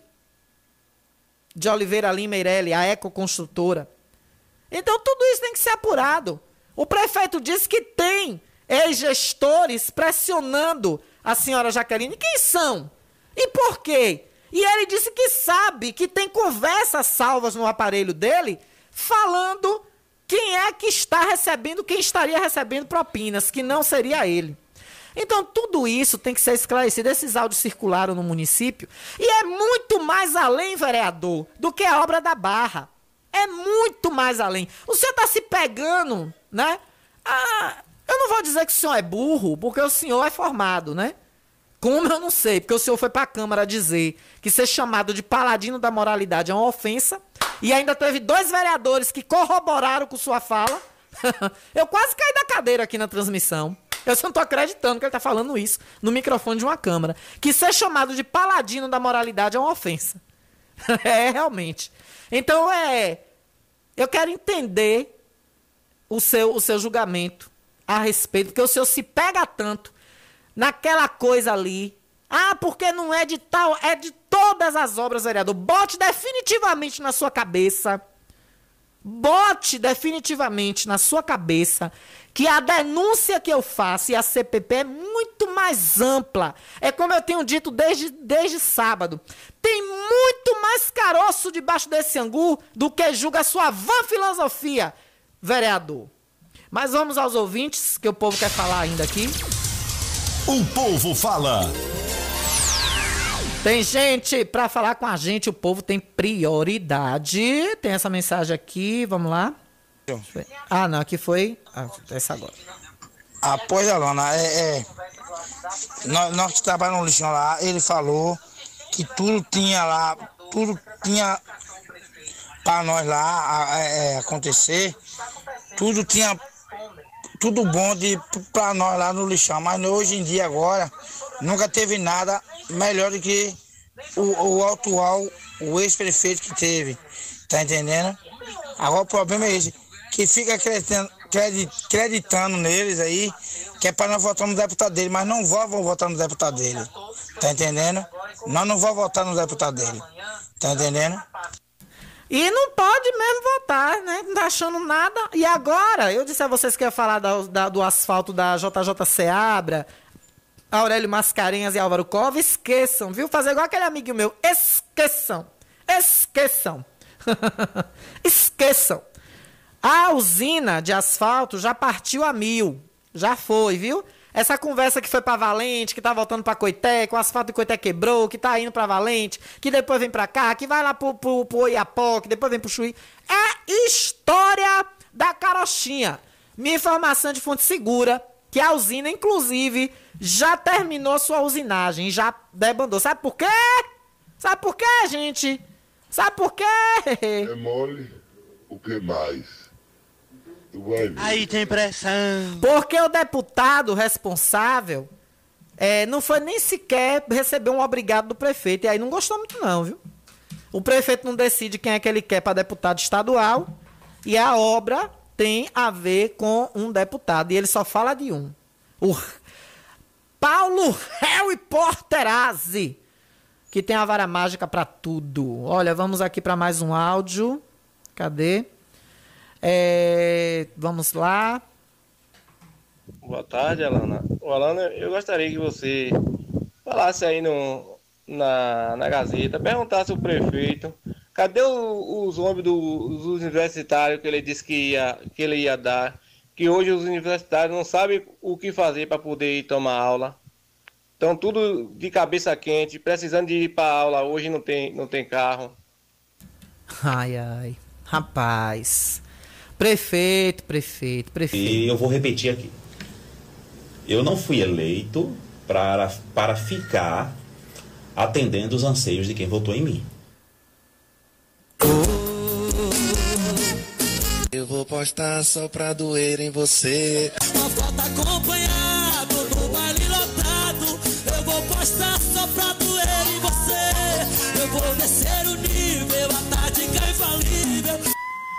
de Oliveira Lima Eireli, a ecoconstrutora. Então tudo isso tem que ser apurado. O prefeito disse que tem ex-gestores pressionando a senhora Jaqueline. Quem são? E por quê? E ele disse que sabe que tem conversas salvas no aparelho dele falando quem é que está recebendo, quem estaria recebendo propinas, que não seria ele. Então tudo isso tem que ser esclarecido. Esses áudios circularam no município e é muito mais além, vereador, do que a obra da Barra. É muito mais além. O senhor está se pegando, né? Ah, eu não vou dizer que o senhor é burro, porque o senhor é formado, né? Como eu não sei, porque o senhor foi para a Câmara dizer que ser chamado de paladino da moralidade é uma ofensa, e ainda teve dois vereadores que corroboraram com sua fala. Eu quase caí da cadeira aqui na transmissão. Eu só não tô acreditando que ele tá falando isso no microfone de uma Câmara. Que ser chamado de paladino da moralidade é uma ofensa. É, realmente. Então, é... eu quero entender o seu, o seu julgamento a respeito, porque o senhor se pega tanto naquela coisa ali. Ah, porque não é de tal, é de todas as obras, vereador. Bote definitivamente na sua cabeça, bote definitivamente na sua cabeça que a denúncia que eu faço e a C P P é muito mais ampla. É como eu tenho dito desde, desde sábado. Tem muito mais caroço debaixo desse angu do que julga a sua vã filosofia, vereador. Mas vamos aos ouvintes, que o povo quer falar ainda aqui. O povo fala. Tem gente para falar com a gente, o povo tem prioridade. Tem essa mensagem aqui, vamos lá. Ah, não, aqui foi... Ah, essa agora. Após a Lona, é, é, nós, nós que trabalhamos no lixão lá, ele falou que tudo tinha lá, tudo tinha para nós lá é, acontecer, tudo tinha, tudo bom de para nós lá no lixão, mas hoje em dia agora, nunca teve nada melhor do que o, o atual, o ex-prefeito que teve, tá entendendo? Agora o problema é esse, que fica acreditando, acreditando neles aí, que é para nós votar no deputado dele, mas não vão votar no deputado dele, tá entendendo? Nós não vamos votar no deputado dele, tá entendendo? E não pode mesmo votar, né? Não tá achando nada. E agora, eu disse a vocês que ia falar da, da, do asfalto da J J Seabra, Aurélio Mascarenhas e Álvaro Cova, esqueçam, viu? Fazer igual aquele amigo meu, esqueçam, esqueçam, esqueçam. A usina de asfalto já partiu a mil. Já foi, viu? Essa conversa que foi pra Valente, que tá voltando pra Coité, que o asfalto de Coité quebrou, que tá indo pra Valente, que depois vem pra cá, que vai lá pro, pro, pro Oiapó, que depois vem pro Chuí. É história da carochinha. Minha informação de fonte segura, que a usina, inclusive, já terminou sua usinagem, já debandou. Sabe por quê? Sabe por quê, gente? Sabe por quê? É mole, o que mais? Aí tem pressão. Porque o deputado responsável é, não foi nem sequer receber um obrigado do prefeito. E aí não gostou muito não, viu? O prefeito não decide quem é que ele quer para deputado estadual. E a obra tem a ver com um deputado. E ele só fala de um. O Paulo Harry Porterazzi, que tem a vara mágica para tudo. Olha, vamos aqui para mais um áudio. Cadê? É, vamos lá. Boa tarde, Alana. Ô, Alana, eu gostaria que você falasse aí no, na, na Gazeta, perguntasse ao prefeito, cadê o, os ônibus dos universitários que ele disse que, ia, que ele ia dar, que hoje os universitários não sabem o que fazer para poder ir tomar aula. Estão tudo de cabeça quente, precisando de ir para aula, hoje não tem, não tem carro. Ai, ai. Rapaz. Prefeito, prefeito, prefeito. E eu vou repetir aqui. Eu não fui eleito para, para ficar atendendo os anseios de quem votou em mim. Eu vou postar só pra doer em você. Uma foto acompanhado do baile lotado. Eu vou postar só pra doer em você. Eu vou descer o nível, a tática infalível.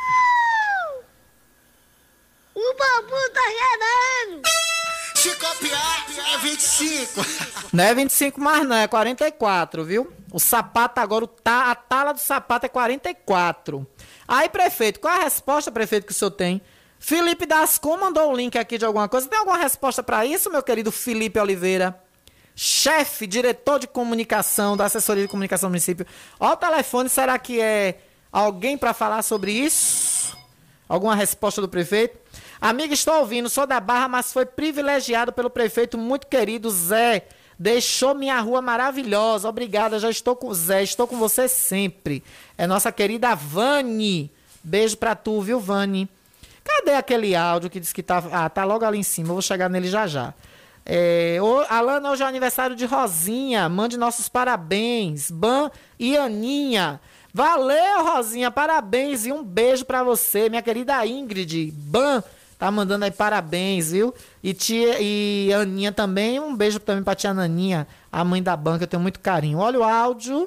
O bambu tá gerando. Se copiar, é vinte e cinco. Não é vinte e cinco mais não, é quarenta e quatro, viu? O sapato agora, o ta, a tala do sapato é quarenta e quatro. Aí, prefeito, qual é a resposta, prefeito, que o senhor tem? Felipe Dascom mandou um link aqui de alguma coisa. Tem alguma resposta para isso, meu querido Felipe Oliveira? Chefe, diretor de comunicação da assessoria de comunicação do município. Ó o telefone, será que é alguém para falar sobre isso? Alguma resposta do prefeito? Amigo, estou ouvindo, sou da Barra, mas foi privilegiado pelo prefeito muito querido Zé. Deixou minha rua maravilhosa. Obrigada, já estou com o Zé, estou com você sempre. É nossa querida Vani. Beijo pra tu, viu, Vani? Cadê aquele áudio que disse que tá... Ah, tá logo ali em cima, eu vou chegar nele já já. É... Ô, Alana, hoje é aniversário de Rosinha. Mande nossos parabéns. Ban e Aninha. Valeu, Rosinha, parabéns e um beijo pra você, minha querida Ingrid. Ban tá mandando aí parabéns, viu? E tia e Aninha também, um beijo também pra tia Naninha, a mãe da banca, eu tenho muito carinho. Olha o áudio.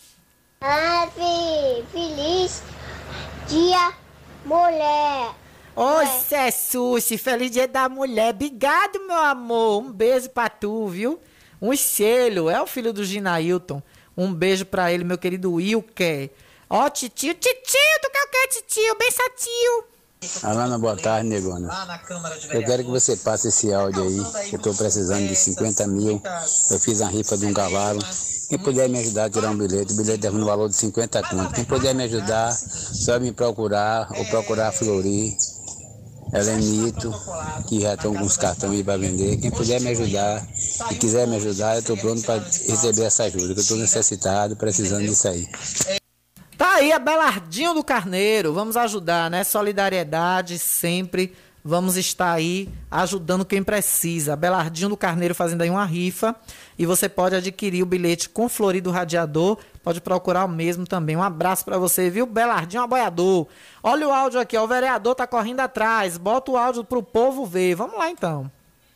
Ave, feliz dia, mulher. Oi, é. Sushi, feliz dia da mulher. Obrigado, meu amor. Um beijo pra tu, viu? Um espelho, é o filho do Ginailton. Um beijo pra ele, meu querido Wilker. Ó, titio, titio, tu quer o quê, titio? Bem satio. Alana, boa tarde, negona. Eu quero que você passe esse áudio aí, que eu tô precisando de cinquenta mil. Eu fiz a rifa de um cavalo. Quem puder me ajudar a tirar um bilhete, o bilhete é no valor de cinquenta conto. Quem puder me ajudar, só me procurar ou procurar a Flori, Helenito, que já estão com os cartões aí para vender. Quem puder me ajudar e quiser me ajudar, eu estou pronto para receber essa ajuda, que eu estou necessitado, precisando disso aí. Tá aí, Abelardinho do Carneiro, vamos ajudar, né? Solidariedade sempre, vamos estar aí ajudando quem precisa. Abelardinho do Carneiro fazendo aí uma rifa e você pode adquirir o bilhete com Florido Radiador, pode procurar o mesmo também. Um abraço pra você, viu? Belardinho Aboiador. Olha o áudio aqui, ó, o vereador tá correndo atrás, bota o áudio pro povo ver. Vamos lá então.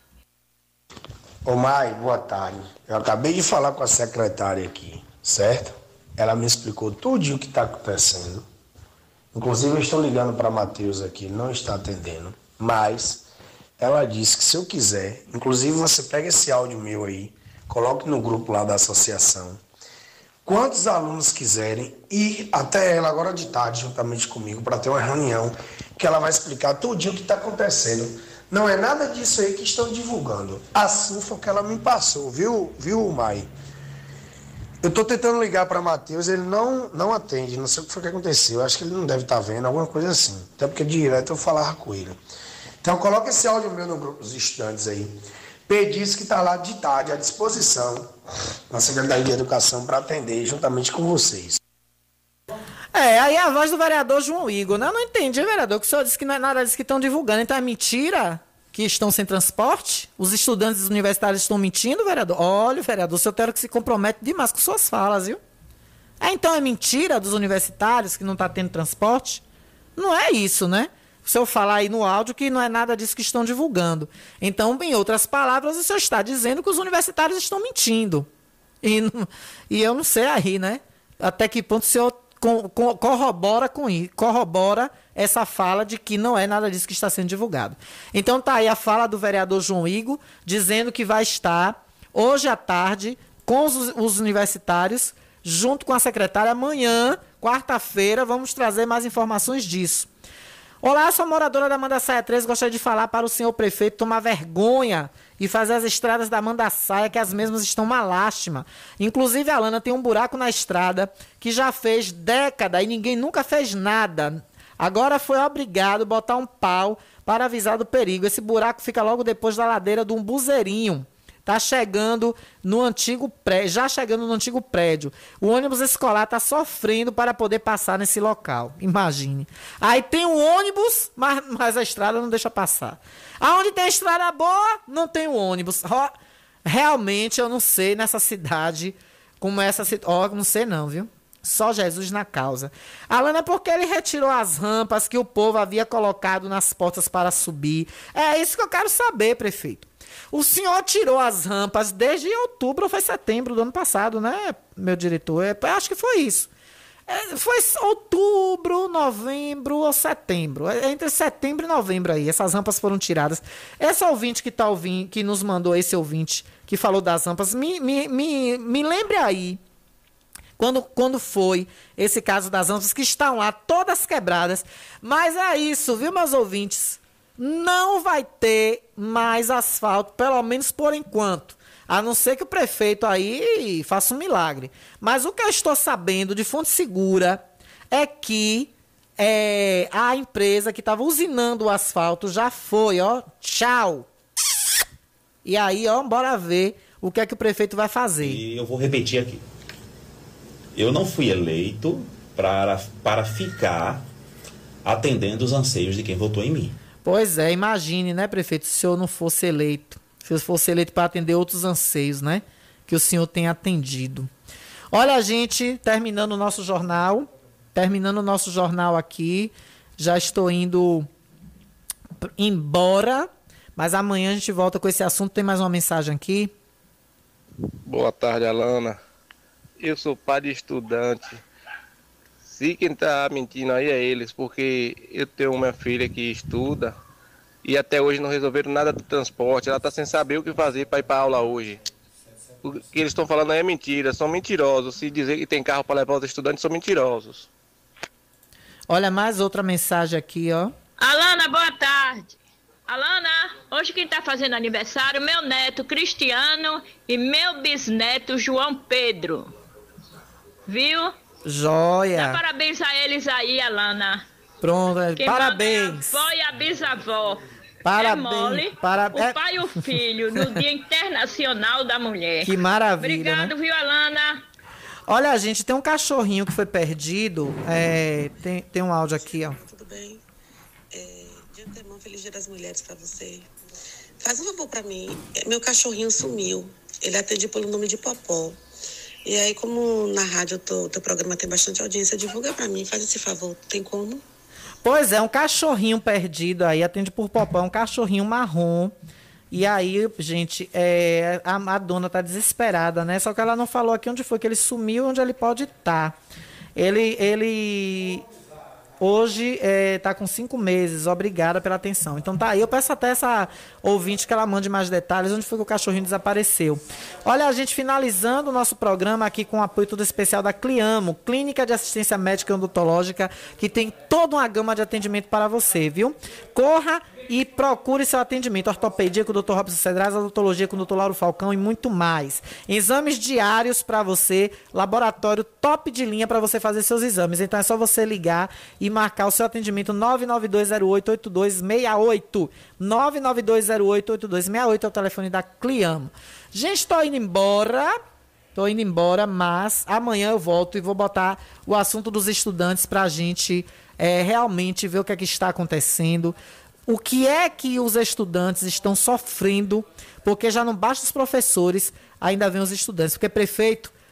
Ô Mai, boa tarde. Eu acabei de falar com a secretária aqui, certo? Ela me explicou tudo o que está acontecendo. Inclusive, eu estou ligando para Matheus aqui, ele não está atendendo. Mas ela disse que se eu quiser, inclusive você pega esse áudio meu aí, coloque no grupo lá da associação. Quantos alunos quiserem ir até ela agora de tarde, juntamente comigo, para ter uma reunião, que ela vai explicar tudo o que está acontecendo. Não é nada disso aí que estão divulgando. Assim foi o que ela me passou, viu, viu, Mai? Eu tô tentando ligar para Matheus, ele não, não atende, não sei o que foi que aconteceu, acho que ele não deve estar vendo, alguma coisa assim, até porque direto eu falava com ele. Então coloca esse áudio meu no grupo dos estudantes aí. Pedis que está lá de tarde à disposição na Secretaria de Educação para atender juntamente com vocês. É, aí a voz do vereador João Igor, né? Eu não entendi, vereador, que o senhor disse que não é nada disso que estão divulgando, então é mentira? Que estão sem transporte? Os estudantes universitários estão mentindo, vereador? Olha, vereador, o senhor tem que se compromete demais com suas falas, viu? É, então é mentira dos universitários que não está tendo transporte? Não é isso, né? se eu falar aí no áudio que não é nada disso que estão divulgando. Então, em outras palavras, o senhor está dizendo que os universitários estão mentindo. E, e eu não sei aí, né? Até que ponto o senhor co- co- corrobora com isso, corrobora essa fala de que não é nada disso que está sendo divulgado. Então tá aí a fala do vereador João Igor, dizendo que vai estar hoje à tarde com os, os universitários, junto com a secretária. Amanhã, quarta-feira, vamos trazer mais informações disso. Olá, sou moradora da Mandaçaia três, gostaria de falar para o senhor prefeito tomar vergonha e fazer as estradas da Mandaçaia, que as mesmas estão uma lástima. Inclusive, Alana, tem um buraco na estrada que já fez década e ninguém nunca fez nada. Agora foi obrigado a botar um pau para avisar do perigo. Esse buraco fica logo depois da ladeira de um buzeirinho. Tá chegando no antigo prédio, já chegando no antigo prédio. O ônibus escolar tá sofrendo para poder passar nesse local. Imagine. Aí tem um ônibus, mas, mas a estrada não deixa passar. Aonde tem estrada boa, não tem o ônibus. Realmente eu não sei nessa cidade como essa situação. Ó, não sei não, viu? Só Jesus na causa. Alana, por que ele retirou as rampas que o povo havia colocado nas portas para subir? É isso que eu quero saber, prefeito. O senhor tirou as rampas desde outubro ou foi setembro do ano passado, né, meu diretor? É, acho que foi isso. É, foi outubro, novembro ou setembro. É, entre setembro e novembro aí, essas rampas foram tiradas. Esse ouvinte que, tá ouvindo, que nos mandou, esse ouvinte que falou das rampas, me, me, me, me lembre aí, quando, quando foi esse caso das rampas, que estão lá todas quebradas. Mas é isso, viu, meus ouvintes? Não vai ter mais asfalto, pelo menos por enquanto. A não ser que o prefeito aí faça um milagre. Mas o que eu estou sabendo de fonte segura é que é, a empresa que estava usinando o asfalto já foi, ó, tchau. E aí, ó, bora ver o que é que o prefeito vai fazer. E eu vou repetir aqui. Eu não fui eleito para, para ficar atendendo os anseios de quem votou em mim. Pois é, imagine, né, prefeito, se o senhor não fosse eleito. Se eu fosse eleito para atender outros anseios, né, que o senhor tem atendido. Olha, gente, terminando o nosso jornal, terminando o nosso jornal aqui, já estou indo embora, mas amanhã a gente volta com esse assunto. Tem mais uma mensagem aqui. Boa tarde, Alana. Eu sou pai de estudante. Se quem tá mentindo aí é eles, porque eu tenho uma filha que estuda e até hoje não resolveram nada do transporte. Ela tá sem saber o que fazer para ir para aula hoje. O que eles estão falando aí é mentira, são mentirosos. Se dizer que tem carro para levar os estudantes, são mentirosos. Olha, mais outra mensagem aqui, ó. Alana, boa tarde. Alana, hoje quem tá fazendo aniversário, meu neto Cristiano e meu bisneto João Pedro. Viu? Joia. Dá parabéns a eles aí, Alana. Pronto, quem parabéns. Foi a bisavó. Parabéns. É mole, Parabéns. o pai e o filho no Dia Internacional da Mulher. Que maravilha. Obrigado, né? viu, Alana? Olha, gente, tem um cachorrinho que foi perdido. É, tem, tem um áudio aqui, ó. Tudo bem? É, de antemão, feliz Dia das Mulheres pra você. Faz um favor pra mim. Meu cachorrinho sumiu. Ele atende pelo nome de Popó. E aí, como na rádio o teu programa tem bastante audiência, divulga pra mim, faz esse favor, tem como? Pois é, um cachorrinho perdido aí, atende por Popó, um cachorrinho marrom. E aí, gente, é, a, a dona tá desesperada, né? Só que ela não falou aqui onde foi que ele sumiu, onde ele pode estar. Ele, ele hoje é, tá com cinco meses, obrigada pela atenção. Então tá aí, eu peço até essa ouvinte que ela mande mais detalhes, onde foi que o cachorrinho desapareceu. Olha, a gente finalizando o nosso programa aqui com o apoio todo especial da Cliamo, Clínica de Assistência Médica e Odontológica, que tem toda uma gama de atendimento para você, viu? Corra e procure seu atendimento. Ortopedia com o doutor Robson Cedrais, odontologia com o doutor Lauro Falcão e muito mais. Exames diários para você, laboratório top de linha para você fazer seus exames. Então é só você ligar e marcar o seu atendimento nove nove dois zero oito oito dois seis oito. nove nove dois zero oito oito dois seis oito é o telefone da Cliamo. Gente, tô indo embora. Tô indo embora, mas amanhã eu volto e vou botar o assunto dos estudantes pra gente é, realmente ver o que é que está acontecendo. O que é que os estudantes estão sofrendo, porque já não basta os professores, ainda vem os estudantes. Porque, prefeito,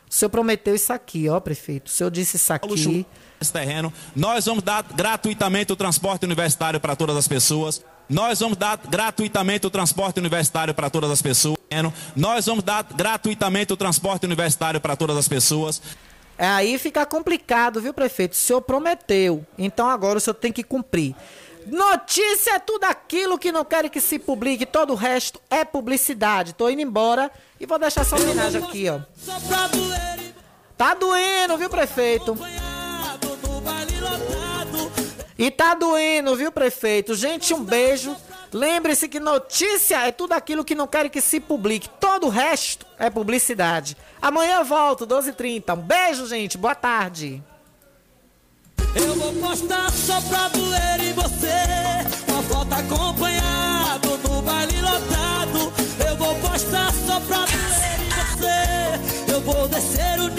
O senhor prometeu isso aqui, ó, prefeito. O senhor disse isso aqui. Esse terreno, nós vamos dar gratuitamente o transporte universitário para todas as pessoas. Nós vamos dar gratuitamente o transporte universitário para todas as pessoas. Nós vamos dar gratuitamente o transporte universitário para todas as pessoas. É, aí fica complicado, viu, prefeito? O senhor prometeu, então agora o senhor tem que cumprir. Notícia é tudo aquilo que não querem que se publique, todo o resto é publicidade. Tô indo embora e vou deixar essa homenagem aqui, ó. Tá doendo, viu, prefeito? E tá doendo, viu, prefeito? Gente, um beijo. Lembre-se que notícia é tudo aquilo que não querem que se publique. Todo o resto é publicidade. Amanhã eu volto, doze e trinta. Um beijo, gente. Boa tarde. Eu vou postar só pra doer em você. Uma foto acompanhado no baile lotado. Eu vou postar só pra doer em você. Eu vou descer o